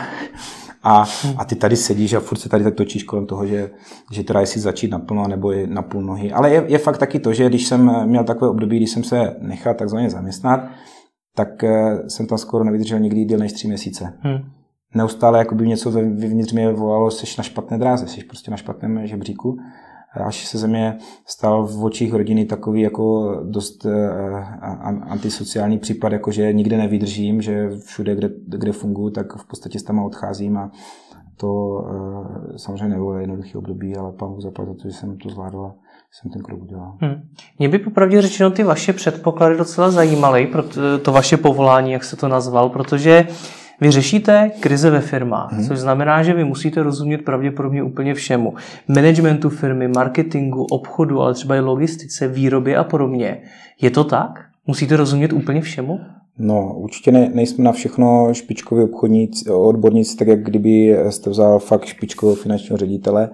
A ty tady sedíš a furt se tady tak točíš kolem toho, že teda jestli začít naplno, nebo je na půl nohy. Ale je fakt taky to, že když jsem měl takové období, když jsem se nechal takzvaně zaměstnat, tak jsem tam skoro nevydržel nikdy díl než 3 měsíce. Neustále jakoby něco vevnitř mě volalo, seš na špatné dráze, seš prostě na špatném žebříku. Až se ze mě stal v očích rodiny takový jako dost antisociální případ, jako že nikde nevydržím, že všude, kde funguji, tak v podstatě s tam odcházím a to samozřejmě nebylo jednoduché období, ale Pán Bůh zaplatil to, že jsem to zvládl a jsem ten krok udělal. Mě by popravdě řečeno ty vaše předpoklady docela zajímaly, to vaše povolání, jak se to nazval, protože vy řešíte krize ve firmách, což znamená, že vy musíte rozumět pravděpodobně úplně všemu. Managementu firmy, marketingu, obchodu, ale třeba i logistice, výrobě a podobně. Je to tak? Musíte rozumět úplně všemu? No, určitě nejsme na všechno špičkoví odborníci, tak jak kdyby jste vzal fakt špičkového finančního ředitele.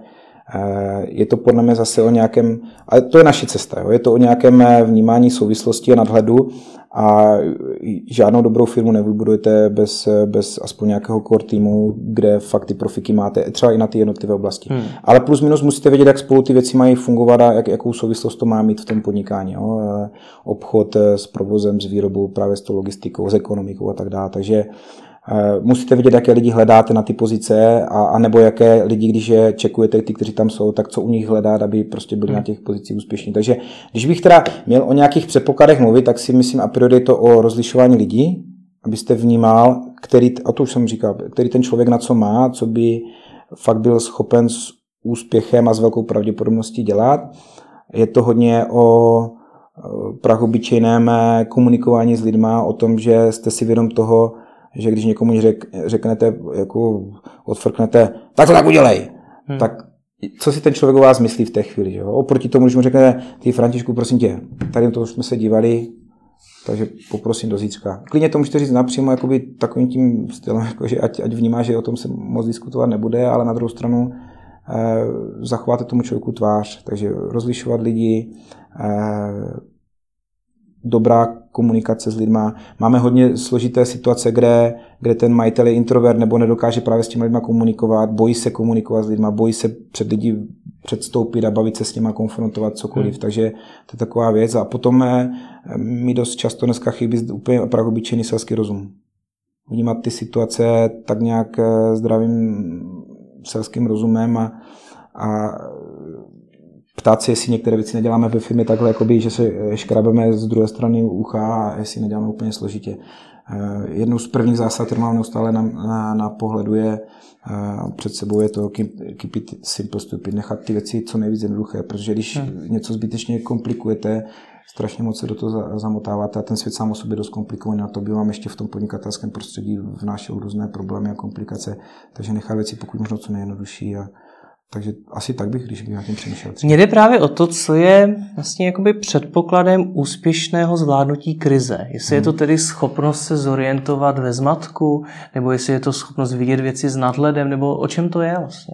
Je to podle mě zase o nějakém, ale to je naše cesta, jo? Je to o nějakém vnímání souvislosti a nadhledu a žádnou dobrou firmu nevybudujete bez aspoň nějakého core týmu, kde fakt ty profiky máte, třeba i na ty jednotlivé oblasti. Ale plus minus musíte vědět, jak spolu ty věci mají fungovat a jakou souvislost to má mít v tom podnikání. Jo? Obchod s provozem, s výrobou, právě s tou logistikou, s ekonomikou a tak dále. Takže musíte vědět, jaké lidi hledáte na ty pozice a nebo jaké lidi, když je čekujete, ty, kteří tam jsou, tak co u nich hledat, aby prostě byli na těch pozicích úspěšní. Takže když bych teda měl o nějakých předpokladech mluvit, tak si myslím a priori je to o rozlišování lidí, abyste vnímal, a to už jsem říkal, který ten člověk na co má, co by fakt byl schopen s úspěchem a s velkou pravděpodobností dělat. Je to hodně o prachobyčejném komunikování s lidma, o tom, že jste si vědom toho, že když někomu řeknete, jako odfrknete, tak to tak udělej, tak co si ten člověk o vás myslí v té chvíli, že jo? Oproti tomu, když mu řeknete, ty Františku, prosím tě, tady to už jsme se dívali, takže poprosím do zítřka. Klidně to můžete říct napřímo jakoby takovým tím stylem, jako, že ať vnímá, že o tom se moc diskutovat nebude, ale na druhou stranu zachováte tomu člověku tvář, takže rozlišovat lidi, dobrá komunikace s lidma. Máme hodně složité situace, kde ten majitel je introvert nebo nedokáže právě s těmi lidma komunikovat, bojí se komunikovat s lidma, bojí se před lidi předstoupit a bavit se s nima, konfrontovat cokoliv. Takže to je taková věc. A potom mi dost často dneska chybí úplně prachobyčejný selský rozum. Vnímat ty situace tak nějak zdravým selským rozumem a ptát se, jestli některé věci neděláme ve firmě takhle, jakoby, že se škrabeme z druhé strany ucha a jestli neděláme úplně složitě. Jednou z prvních zásad, které mám neustále na pohledu je, před sebou je to keep it simple stupid, nechat ty věci co nejvíc jednoduché, protože když něco zbytečně komplikujete, strašně moc se do toho zamotáváte a ten svět sám o sobě dost komplikovaný, na to by vám ještě v tom podnikatelském prostředí vnášel různé problémy a komplikace, takže nechat věci pokud možno co nejjednodušší. Takže asi tak bych, když bych na tím přemýšlel. Mně jde právě o to, co je vlastně jakoby předpokladem úspěšného zvládnutí krize. Jestli je to tedy schopnost se zorientovat ve zmatku, nebo jestli je to schopnost vidět věci s nadhledem, nebo o čem to je vlastně?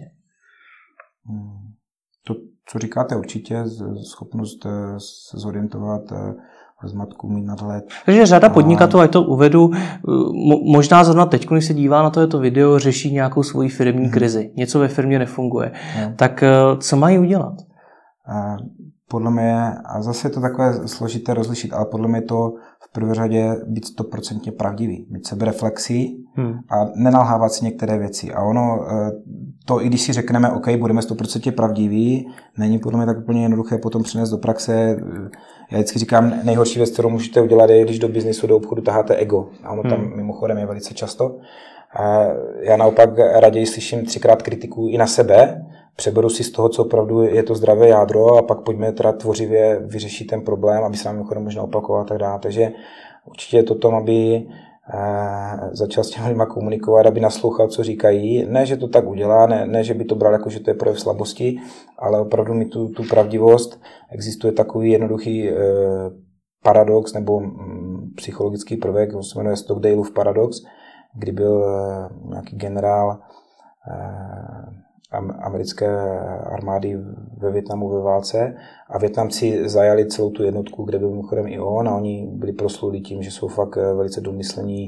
To, co říkáte, určitě schopnost se zorientovat ve zmatku, mít nadhled. Takže řada podnikatelů, ať to uvedu, možná zrovna teď, když se dívá na to video, řeší nějakou svoji firmní krizi. Něco ve firmě nefunguje. Tak co mají udělat? Podle mě, a zase je to takové složité rozlišit, ale podle mě je to v prvé řadě být 100% pravdivý, mít sebereflexi a nenalhávat si některé věci. A ono, to i když si řekneme, OK, budeme 100% pravdiví, není podle mě tak úplně jednoduché potom přinést do praxe. Já vždycky říkám, nejhorší věc, kterou můžete udělat, je, když do biznisu, do obchodu taháte ego. A ono tam mimochodem je velice často. Já naopak raději slyším 3krát kritiku i na sebe, přeberu si z toho, co opravdu je to zdravé jádro a pak pojďme teda tvořivě vyřešit ten problém, aby se nám mimochodem možná opakoval a tak dále. Takže určitě je to tom, aby začal s těmi lidmi komunikovat, aby naslouchal, co říkají. Ne, že to tak udělá, ne, že by to bral jako, že to je projev slabosti, ale opravdu mít tu pravdivost. Existuje takový jednoduchý paradox nebo psychologický prvek, on se jmenuje Stockdaleův paradox, kdy byl nějaký generál americké armády ve Vietnamu ve válce a Vietnamci zajali celou tu jednotku, kde byl mimochodem i on a oni byli proslulí tím, že jsou fakt velice domyslení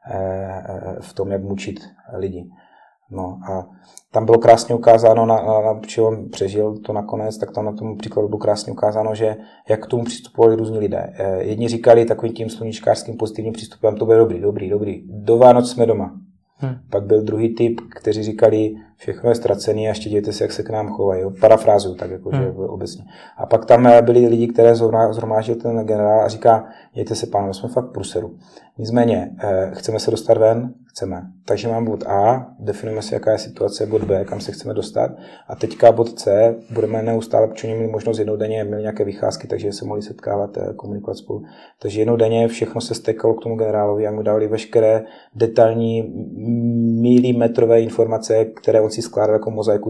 v tom, jak mučit lidi. No a tam bylo krásně ukázáno, protože on přežil to nakonec, tak tam na tom příkladu bylo krásně ukázáno, že jak k tomu přistupovali různí lidé. Jedni říkali takovým tím sluníčkářským pozitivním přístupem, to bude dobrý, do Vánoc jsme doma. Pak byl druhý typ, kteří říkali, všechno je ztracený a ještě dějte se, jak se k nám chovají. Parafrázuju tak, jakože obecně. A pak tam byli lidi, které zhromáždil ten generál a říká, dějte se, pánové, jsme fakt v průseru. Nicméně, chceme se dostat ven? Chceme. Takže mám bod A, definujeme si, jaká je situace, bod B, kam se chceme dostat. A teďka bod C, budeme neustále, protože měli možnost jednou denně, měli nějaké vycházky, takže se mohli setkávat, komunikovat spolu. Takže jednou denně všechno se stekalo k tomu generálovi a mu dávali veškeré detailní milimetrové informace, které on si skládal jako mozaiku,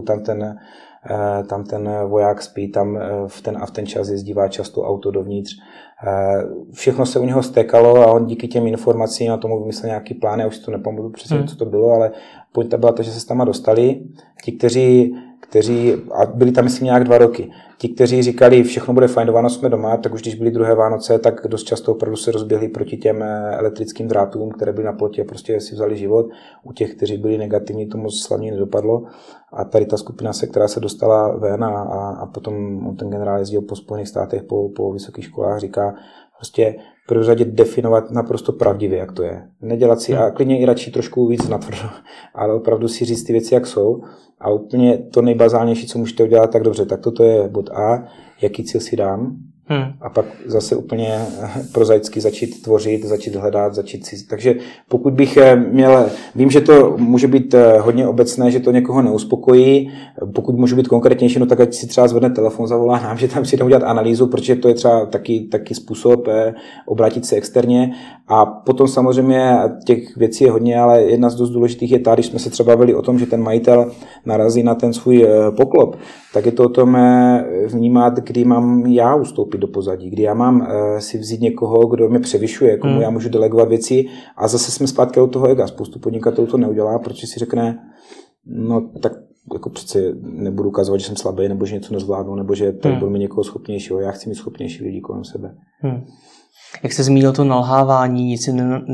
tam ten voják spí, tam v ten čas jezdívá často auto dovnitř. Všechno se u něho stékalo a on díky těm informacím na tomu vymyslel nějaký plán, já už si to nepamatuju přesně, co to bylo, ale pointa byla to, že se tam dostali. Ti, kteří a byli tam myslím nějak 2 roky, ti, kteří říkali, všechno bude fajn, do Vánoc jsme doma, tak už když byly druhé Vánoce, tak dost často opravdu se rozběhli proti těm elektrickým drátům, které byly na plotě a prostě si vzali život. U těch, kteří byli negativní, to moc slavně nedopadlo. A tady ta skupina která se dostala ven a potom ten generál jezdil po Spojených státech, po vysokých školách, říká prostě v prvé řadě definovat naprosto pravdivě, jak to je. Nedělat si a klidně i radši trošku víc natvrdo, ale opravdu si říct ty věci, jak jsou. A úplně to nejbazálnější, co můžete udělat, tak dobře, tak toto je bod A, jaký cíl si dám. A pak zase úplně prozaicky začít tvořit, začít hledat, začít si... Takže pokud bych měl... Vím, že to může být hodně obecné, že to někoho neuspokojí. Pokud můžu být konkrétnější, no tak ať si třeba zvedne telefon, zavolá nám, že tam si jdeme udělat analýzu, protože to je třeba taky způsob obrátit se externě. A potom samozřejmě těch věcí je hodně, ale jedna z dost důležitých je ta, když jsme se třeba bavili o tom, že ten majitel narazí na ten svůj poklop, tak je to o tom vnímat, kdy mám já ustoupit do pozadí, kdy já mám si vzít někoho, kdo mě převyšuje, komu já můžu delegovat věci a zase jsme zpátky od toho ega. Spoustu podnikatelů to neudělá, protože si řekne, no tak jako přece nebudu ukazovat, že jsem slabý, nebo že něco nezvládnu, nebo že tady budu mít někoho schopnějšího. Já chci mít schopnější lidi kolem sebe. Jak jste zmínil to nalhávání, nic si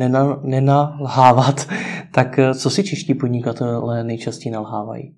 nenalhávat, tak co si čeští podnikatelé nejčastěji nalhávají?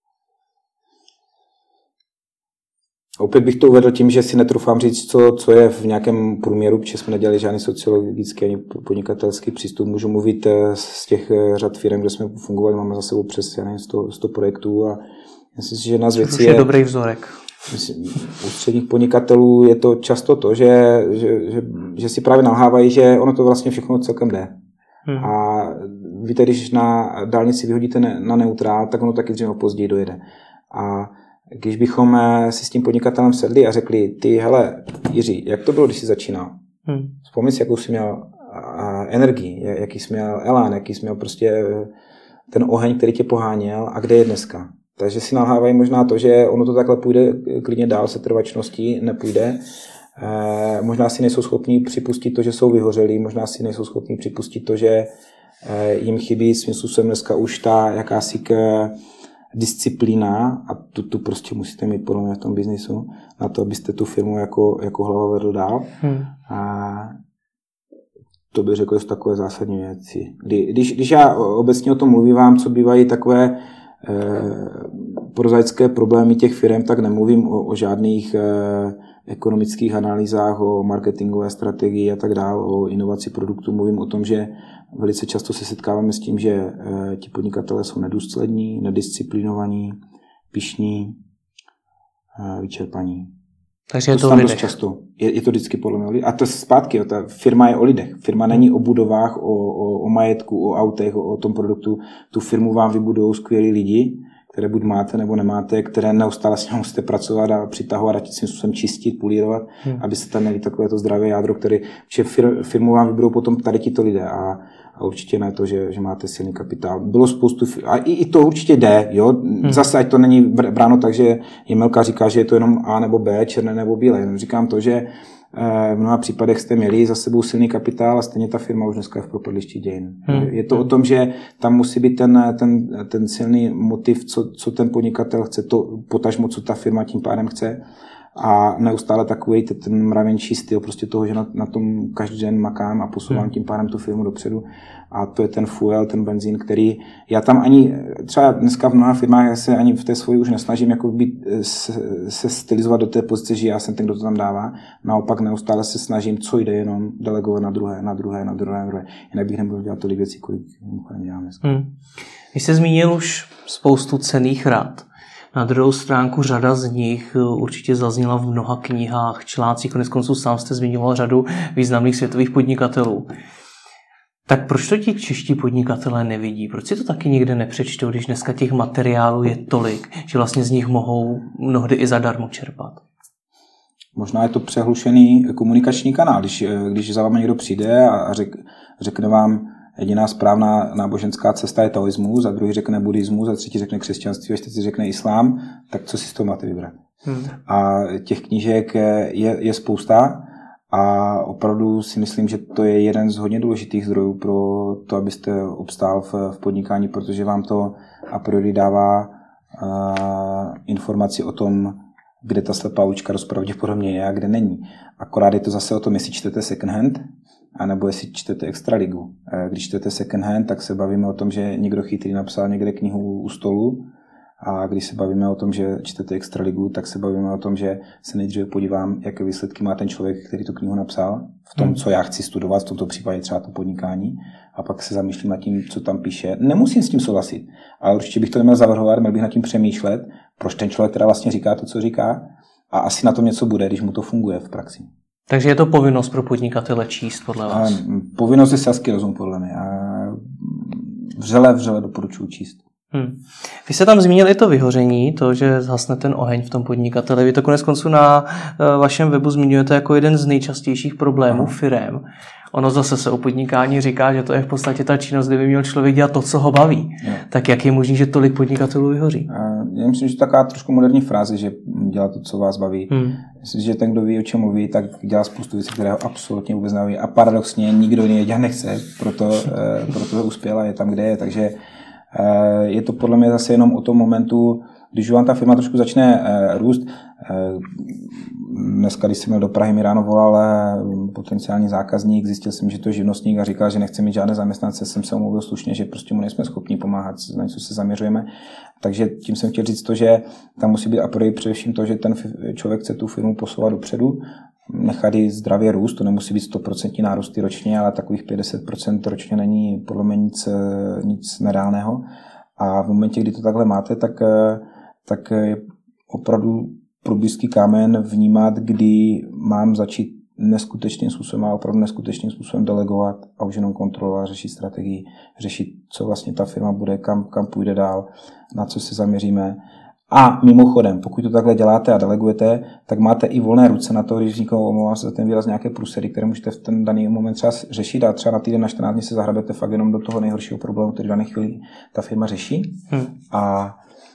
Opět bych to uvedl tím, že si netroufám říct, co je v nějakém průměru, protože jsme nedělali žádný sociologický ani podnikatelský přístup. Můžu mluvit z těch řad firm, kde jsme fungovali, máme za sebou přes 100 projektů a myslím si, že jedna z věcí je dobrý vzorek. U středních podnikatelů je to často to, že si právě nalhávají, že ono to vlastně všechno celkem jde. A víte, když na dálnici vyhodíte na neutrál, tak ono taky dříve později dojede. A když bychom si s tím podnikatelem sedli a řekli, ty hele, Jiří, jak to bylo, když jsi začínal? Vzpomni si, jakou jsi měl energii, jaký jsi měl elán, jaký jsi měl prostě ten oheň, který tě poháněl a kde je dneska. Takže si nalhávají možná to, že ono to takhle půjde klidně dál se trvačností, nepůjde. Možná si nejsou schopní připustit to, že jsou vyhořelí, možná si nejsou schopní připustit to, že jim chybí svým způsobem dneska už ta jakási disciplína a tu prostě musíte mít podle mě v tom biznisu na to, abyste tu firmu jako hlava vedl dál. A to bych řekl, že jsou takové zásadní věci. Když já obecně o tom mluvím, co bývají takové prozaické problémy těch firm, tak nemluvím o žádných ekonomických analýzách, o marketingové strategii a tak dále, o inovaci produktu. Mluvím o tom, že velice často se setkáváme s tím, že ti podnikatelé jsou nedůslední, nedisciplinovaní, pyšní, vyčerpaní. Takže je to o lidech. Často. Je to vždycky podle mě o lidech. A to zpátky, ta firma je o lidech. Firma není o budovách, o majetku, o autech, o tom produktu. Tu firmu vám vybudujou skvělí lidi, které buď máte nebo nemáte, které neustále s ním musíte pracovat a přitahovat a tím způsobem čistit, polírovat, aby se tam měli takové to zdravé jádro, které firmu vám vybudou potom tady tito lidé. A určitě ne to, že máte silný kapitál. Bylo spoustu, a i to určitě jde, jo. Zase, ať to není bráno tak, že Jemelka říká, že je to jenom A nebo B, černé nebo bílé. Jenom říkám to, že v mnoha případech jste měli za sebou silný kapitál a stejně ta firma už dneska je v propadlišti dějin. Je to o tom, že tam musí být ten silný motiv, co ten podnikatel chce, to potažmo, co ta firma tím pádem chce. A neustále takový ten mravenčí styl prostě toho, že na tom každý den makám a posouvám tím pádem tu firmu dopředu. A to je ten fuel, ten benzín, který já tam ani, třeba dneska v mnoha firmách já se ani v té svoji už nesnažím jako být, se stylizovat do té pozice, že já jsem ten, kdo to tam dává. Naopak neustále se snažím, co jde, jenom delegovat na druhé. Jinak bych nemohl dělat tolik věcí, kolik dělám dneska. Vy jste zmínil už spoustu cenných rad. Na druhou stránku řada z nich určitě zazněla v mnoha knihách, článcích, koneckonců sám jste zmiňoval řadu významných světových podnikatelů. Tak proč to ti čeští podnikatelé nevidí? Proč si to taky nikde nepřečtou, když dneska těch materiálů je tolik, že vlastně z nich mohou mnohdy i zadarmo čerpat? Možná je to přehlušený komunikační kanál, když za vámi někdo přijde a řekne vám, jediná správná náboženská cesta je taoismus, za druhý řekne buddhismus, za třetí řekne křesťanství, a čtvrtý řekne islám, tak co si z toho máte vybrat? A těch knížek je spousta a opravdu si myslím, že to je jeden z hodně důležitých zdrojů pro to, abyste obstál v podnikání, protože vám to a priori dává informaci o tom, kde ta slepá ulička rozpravděpodobně je a kde není. Akorát je to zase o tom, jestli čtete second hand, anebo jestli čtete extraligu. Když čtete second hand, tak se bavíme o tom, že někdo chytrý napsal někde knihu u stolu, a když se bavíme o tom, že čtete extraligu, tak se bavíme o tom, že se nejdříve podívám, jaké výsledky má ten člověk, který tu knihu napsal, v tom, co já chci studovat, v tomto případě třeba to podnikání, a pak se zamýšlím nad tím, co tam píše. Nemusím s tím souhlasit, ale určitě bych to neměl zavrhovat, měl bych nad tím přemýšlet, proč ten člověk teda vlastně říká to, co říká, a asi na tom něco bude, když mu to funguje v praxi. Takže je to povinnost pro podnikatele číst podle vás? Povinnost je selský rozum podle mě. A vřele doporučuji číst. Vy jste tam zmínil i to vyhoření, to, že zhasne ten oheň v tom podnikateli. Vy to koneckonců na vašem webu zmiňujete jako jeden z nejčastějších problémů firem. Ono zase se o podnikání říká, že to je v podstatě ta činnost, kde by měl člověk dělat to, co ho baví. Tak jak je možné, že tolik podnikatelů vyhoří? Já myslím, že to je taková trošku moderní fráze, že dělat to, co vás baví. Myslím, že ten, kdo ví, o čem mluví, tak dělá spoustu věcí, které ho absolutně vůbec nebaví. A paradoxně nikdo jiný dělat nechce, proto uspěl a je tam, kde je. Takže je to podle mě zase jenom o tom momentu, když vám ta firma trošku začne růst. Dneska, když jsem měl do Prahy, mi ráno volal potenciální zákazník, zjistil jsem, že to je živnostník a říkal, že nechce mít žádné zaměstnance, jsem se omluvil slušně, že prostě mu nejsme schopni pomáhat, na něco se zaměřujeme. Takže tím jsem chtěl říct to, že tam musí být a priori především to, že ten člověk chce tu firmu posouvat dopředu, nechat ji zdravě růst, to nemusí být 100% nárůsty ročně, ale takových 50% ročně není podle mě nic nereálného. A v momentě, kdy to takhle máte, tak je opravdu průběžský kámen vnímat, kdy mám začít neskutečným způsobem a opravdu neskutečným způsobem delegovat a už jenom kontrolovat, řešit strategii, řešit, co vlastně ta firma bude, kam půjde dál, na co se zaměříme. A mimochodem, pokud to takhle děláte a delegujete, tak máte i volné ruce na to, když někoho omlouvám se za ten výraz, nějaké průsery, které můžete v ten daný moment třeba řešit a třeba na týden, na 14 dní se zahrabete fakt jenom do toho nejhoršího problému, který v dané chvíli ta firma řeší. A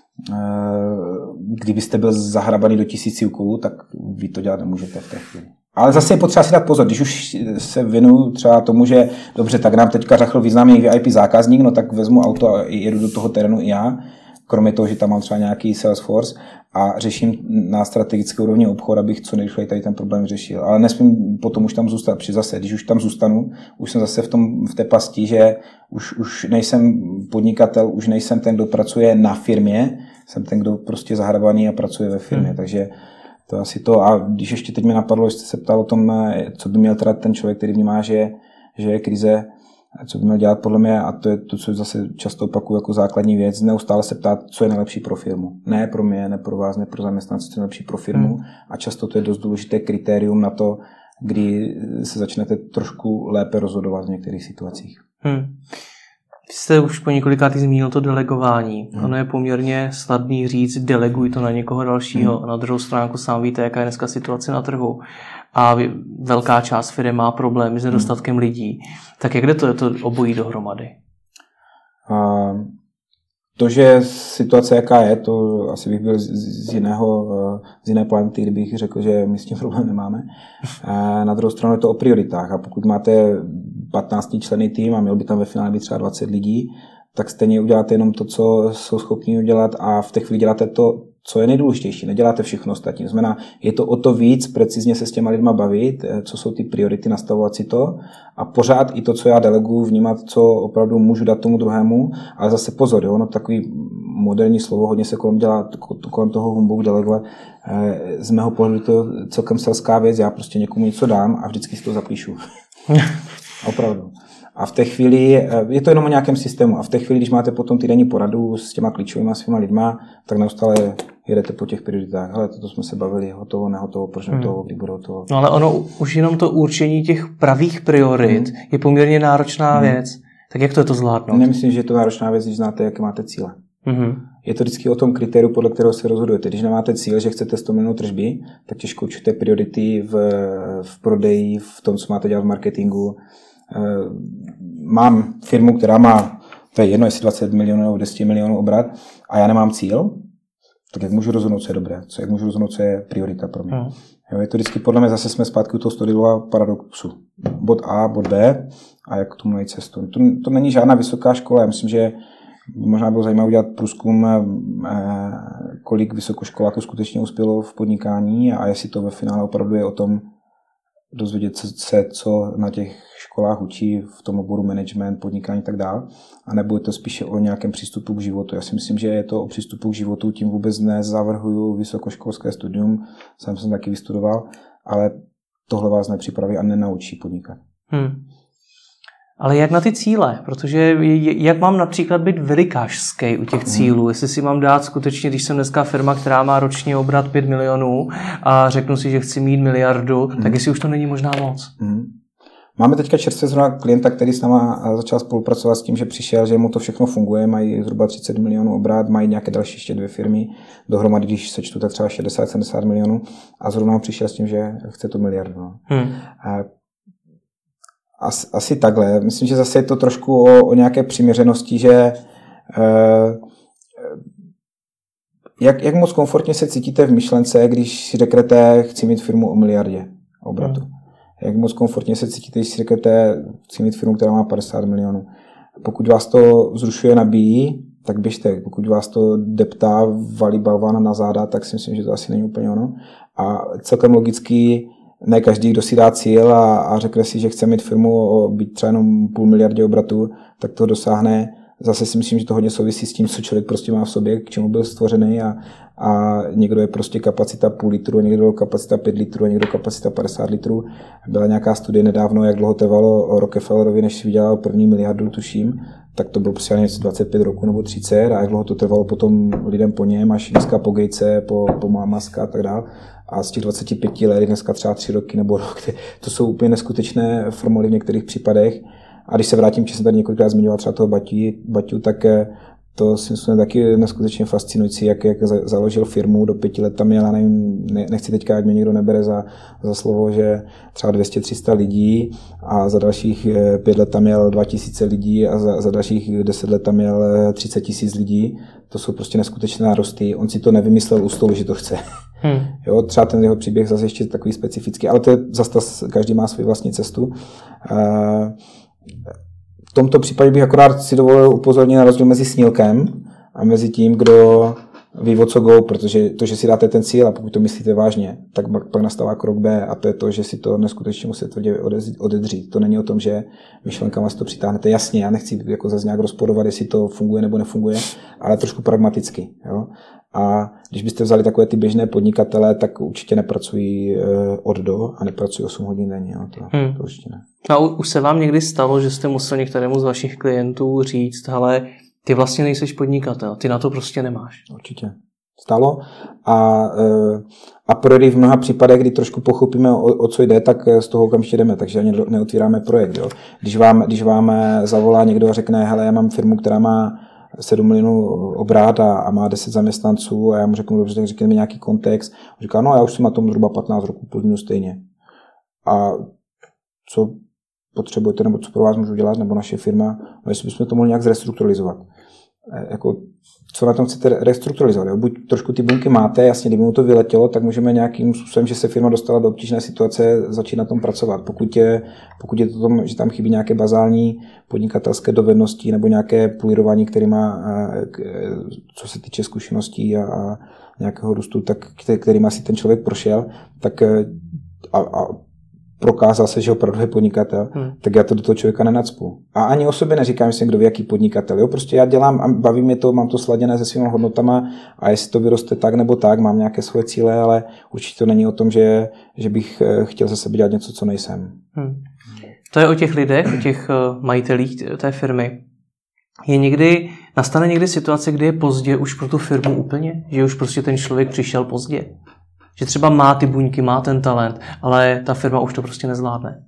kdybyste byl zahrabaný do 1000 úkolů, tak vy to dělat nemůžete v té chvíli. Ale zase je potřeba si dát pozor, když už se věnuju třeba tomu, že dobře, tak nám teďka řachl významný VIP zákazník, no tak vezmu auto a jedu do toho terénu i já, kromě toho, že tam mám třeba nějaký Salesforce a řeším na strategické úrovni obchod, abych co nejrychleji tady ten problém řešil. Ale nesmím potom už tam zůstat, protože zase, když už tam zůstanu, už jsem zase v té pasti, že už nejsem podnikatel, už nejsem ten, kdo pracuje na firmě, jsem ten, kdo prostě zahrabaný a pracuje ve firmě, takže to asi to. A když ještě teď mi napadlo, že jste se ptal o tom, co by měl teda ten člověk, který vnímá, že je krize, co by měl dělat podle mě, a to je to, co zase často opakuju jako základní věc, neustále se ptát, co je nejlepší pro firmu. Ne pro mě, ne pro vás, ne pro zaměstnance, co je nejlepší pro firmu. A často to je dost důležité kritérium na to, kdy se začnete trošku lépe rozhodovat v některých situacích. Vy jste už po několikátý zmínil to delegování. Ono je poměrně snadný říct, deleguj to na někoho dalšího. Na druhou stránku sám víte, jaká je dneska situace na trhu. A velká část firem má problémy s nedostatkem lidí. Tak jak jde to obojí dohromady? To, že situace jaká je, to asi bych byl z jiné planety, kdybych řekl, že my s tím problém nemáme. Na druhou stranu je to o prioritách. A pokud máte 15 členný tým a měl by tam ve finále být třeba 20 lidí, tak stejně uděláte jenom to, co jsou schopni udělat, a v té chvíli děláte to, co je nejdůležitější. Neděláte všechno ostatní. Znamená, je to o to víc precizně se s těma lidma bavit, co jsou ty priority, nastavovat si to, a pořád i to, co já deleguju, vnímat, co opravdu můžu dát tomu druhému, ale zase pozor, jo, no, takový moderní slovo, hodně se kolem toho humbugu delegovat. Z mého pohledu to je celkem selská věc, já prostě někomu něco dám a vždycky si to zapíšu. Opravdu. A v té chvíli, je to jenom o nějakém systému, a v té chvíli, když máte potom týdenní poradu s těma klíčovými svýma lidma, tak neustále jedete po těch prioritách. Hele, toto jsme se bavili, hotovo, nehotovo, proč nehotovo, kdy bude hotovo. No ale ono, už jenom to určení těch pravých priorit je poměrně náročná věc. Tak jak to je to zvládnout? Nemyslím, že je to náročná věc, když znáte, jaké máte cíle. Je to vždycky o tom kritériu, podle kterého se rozhodujete. Když nemáte cíl, že chcete 100 milionů tržby, tak těžko určíte priority v prodeji, v tom, co máte dělat v marketingu. Mám firmu, která má, to je jedno, jestli 20 milionů nebo 10 milionů obrat, a já nemám cíl, tak jak můžu rozhodnout, co je dobré? Jak můžu rozhodnout, co je priorita pro mě? Jo, je to vždycky, podle mě, zase jsme zpátky u toho Storytelova paradoxu. Bod A, bod B, a jak k tomu najít cestu. To není žádná vysoká škola. Já myslím, že možná bylo zajímavé udělat průzkum, kolik vysokoškoláků skutečně uspělo v podnikání, a jestli to ve finále opravdu je o tom dozvědět se, co na těch školách učí v tom oboru management, podnikání a tak dále, a nebo je to spíše o nějakém přístupu k životu. Já si myslím, že je to o přístupu k životu, tím vůbec nezavrhuju vysokoškolské studium, sám jsem taky vystudoval, ale tohle vás nepřipraví a nenaučí podnikat. Ale jak na ty cíle? Protože jak mám například být velikářský u těch cílů? Jestli si mám dát skutečně, když jsem dneska firma, která má roční obrat 5 milionů a řeknu si, že chci mít miliardu, tak jestli už to není možná moc. Máme teďka čerstvě zrovna klienta, který s náma začal spolupracovat s tím, že přišel, že mu to všechno funguje, mají zhruba 30 milionů obrat, mají nějaké další ještě 2 firmy, dohromady, když sečtu, tak třeba 60-70 milionů, a zrovna přišel s tím, že chce tu miliardu. Asi takhle. Myslím, že zase je to trošku o nějaké přiměřenosti, že jak moc komfortně se cítíte v myšlence, když si řeknete, chci mít firmu o miliardě obratu. Jak moc komfortně se cítíte, když si řeknete, chci mít firmu, která má 50 milionů. Pokud vás to vzrušuje, nabíjí, tak běžte. Pokud vás to deptá, valí balván na záda, tak si myslím, že to asi není úplně ono. A celkem logicky ne každý, kdo si dá cíl a řekne si, že chce mít firmu o být třeba jenom 500 miliardy obratu, tak to dosáhne. Zase si myslím, že to hodně souvisí s tím, co člověk prostě má v sobě, k čemu byl stvořený, a někdo je prostě kapacita 0,5 litru, někdo kapacita 5 litrů, někdo kapacita 50 litrů. Byla nějaká studie nedávno, jak dlouho trvalo Rockefellerovi, než si vydělal první miliardu, tuším, tak to bylo prostě něco 25 roku nebo 30, a jak dlouho to trvalo potom lidem po něm, až dneska po Gatese, po Muska a tak dále. A z těch 25 let dneska třeba 3 roky nebo rok. To jsou úplně neskutečné formuly v některých případech. A když se vrátím, že jsem tady několikrát zmiňoval třeba toho Baťu, tak to si myslím taky neskutečně fascinující, jak založil firmu, do 5 let tam měl, já nevím, nechci teďka, ať mě někdo nebere za slovo, že třeba 200-300 lidí, a za dalších 5 let tam měl 2000 lidí a za dalších 10 let tam měl 30 000 lidí. To jsou prostě neskutečné nárosty. On si to nevymyslel u stolu, že to chce. Jo, třeba ten jeho příběh zase ještě takový specifický, ale to je zase, každý má svou vlastní cestu. V tomto případě bych akorát si dovolil upozornit na rozdíl mezi snílkem a mezi tím, kdo ví, o co go, protože to, že si dáte ten cíl a pokud to myslíte vážně, tak pak nastává krok B, a to je to, že si to neskutečně musíte tvrdě odedřít. To není o tom, že myšlenkama si to přitáhnete. Jasně, já nechci jako zase nějak rozporovat, jestli to funguje nebo nefunguje, ale trošku pragmaticky. Jo? A když byste vzali takové ty běžné podnikatele, tak určitě nepracují od do a nepracují 8 hodin denně. No to určitě ne. A už se vám někdy stalo, že jste musel některému z vašich klientů říct, hele, ty vlastně nejseš podnikatel, ty na to prostě nemáš. Určitě. Stalo a projde v mnoha případech, kdy trošku pochopíme, o co jde, tak z toho okamžitě jdeme, takže ani neotvíráme projekt. Jo. Když vám zavolá někdo a řekne, hele, já mám firmu, která má 7 milionů obrat a má 10 zaměstnanců a já mu řeknu, dobře, tak řekněme mi nějaký kontext. On říká, no já už jsem na tom zhruba 15 roků, plus minus stejně. A co potřebujete, nebo co pro vás můžu dělat, nebo naše firma, no jestli bychom to mohli nějak zrestrukturalizovat. Jako, co na tom chcete restrukturalizovat? Jo? Buď trošku ty buňky máte, jasně, kdyby mu to vyletělo, tak můžeme nějakým způsobem, že se firma dostala do obtížné situace, začít na tom pracovat. Pokud je to tom, že tam chybí nějaké bazální podnikatelské dovednosti nebo nějaké půlirování, který má, co se týče zkušeností a nějakého růstu, tak, kterým asi ten člověk prošel, tak a prokázal se, že opravdu je podnikatel, tak já to do toho člověka nenacpu. A ani o sobě neříkám, že jsem kdo ví, jaký podnikatel. Jo? Prostě já dělám a baví mě to, mám to sladěné se svými hodnotama a jestli to vyroste tak nebo tak, mám nějaké svoje cíle, ale určitě to není o tom, že bych chtěl ze sebe dělat něco, co nejsem. To je o těch lidech, o těch majitelích té firmy. Nastane někdy situace, kdy je pozdě už pro tu firmu úplně? Že už prostě ten člověk přišel pozdě? Že třeba má ty buňky, má ten talent, ale ta firma už to prostě nezvládne.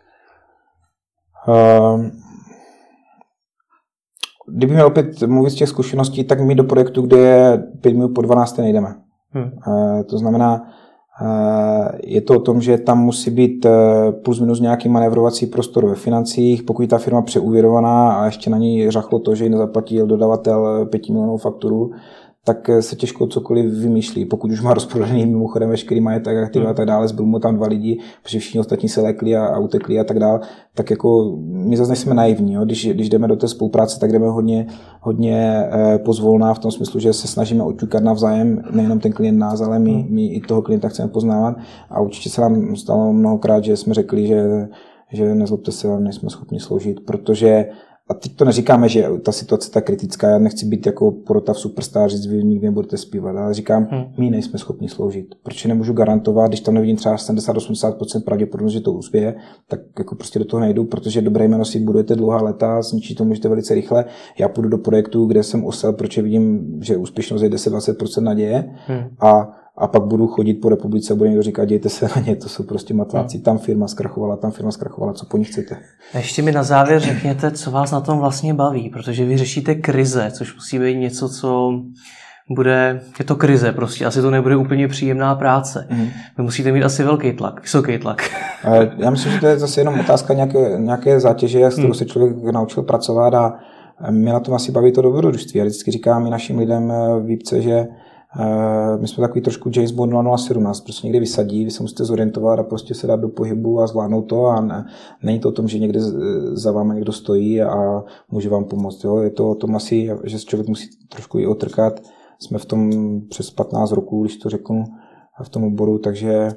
Kdyby měl opět mluvit z těch zkušeností, tak my do projektu, kde je 5 minut po 12 nejdeme. To znamená, je to o tom, že tam musí být plus minus nějaký manévrovací prostor ve financích. Pokud je ta firma přeúvěrovaná a ještě na ní řachlo to, že ji nezaplatil dodavatel 5 milionů fakturu, tak se těžko cokoliv vymýšlí. Pokud už má rozprodaný mimochodem veškerý majetek, aktiva a tak dále, zbyl mu tam 2 lidi, protože všichni ostatní se lekli a utekli a tak dále, tak jako my zase nejsme naivní. Jo? Když jdeme do té spolupráce, tak jdeme hodně pozvolná v tom smyslu, že se snažíme oťukat navzájem, nejenom ten klient nás, ale my i toho klienta chceme poznávat. A určitě se nám stalo mnohokrát, že jsme řekli, že nezlobte se, ale nejsme schopni sloužit, protože a teď to neříkáme, že ta situace je tak kritická, já nechci být jako porota v Superstar, říct, vy nikdy nebudete zpívat, ale říkám, my nejsme schopni sloužit, protože nemůžu garantovat, když tam nevidím třeba 70-80% pravděpodobnost, že to uspěje, tak jako prostě do toho nejdu, protože dobré jméno si budujete dlouhá léta, zničit to můžete velice rychle. Já půjdu do projektu, kde jsem osel, protože vidím, že úspěšnost je 10-20% naděje a pak budu chodit po republice a bude někdo říkat, dějte se na ně, to jsou prostě matláci, tam firma zkrachovala, co po nich chcete. A ještě mi na závěr řekněte, co vás na tom vlastně baví, protože vy řešíte krize, což musí být něco, co je to krize prostě, asi to nebude úplně příjemná práce. Vy musíte mít asi vysoký tlak. Já myslím, že to je zase jenom otázka nějaké zátěže, s kterou se člověk naučil pracovat a mě na tom asi baví to dobrodružství. Já vždycky říkám i našim lidem výpce, že my jsme takový trošku James Bond 017, prostě někde vysadí, vy se musíte zorientovat a prostě se dát do pohybu a zvládnout to a není to o tom, že někde za vámi někdo stojí a může vám pomoct. Jo? Je to o tom asi, že člověk musí trošku i otrkat. Jsme v tom přes 15 roků, když to řeknu, v tom oboru, takže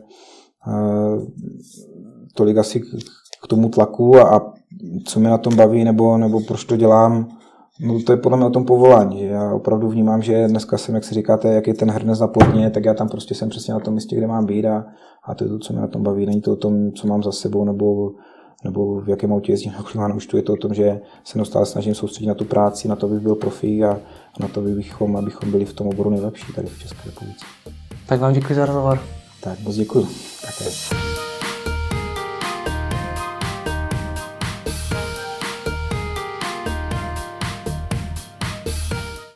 tolik asi k tomu tlaku a co mě na tom baví nebo proč to dělám. No to je podle mě o tom povolání. Já opravdu vnímám, že dneska jsem, jak si říkáte, jak je ten hrnec na plotně, tak já tam prostě jsem přesně na tom místě, kde mám být a to je to, co mě na tom baví. Není to o tom, co mám za sebou nebo v jakém autě jezdím na klima na účtu. Je to o tom, že se neustále snažím soustředit na tu práci, na to, abych byl profík a na to, abychom byli v tom oboru nejlepší tady v České republice. Tak vám děkuji za rozhovor. Tak moc děkuji. Také.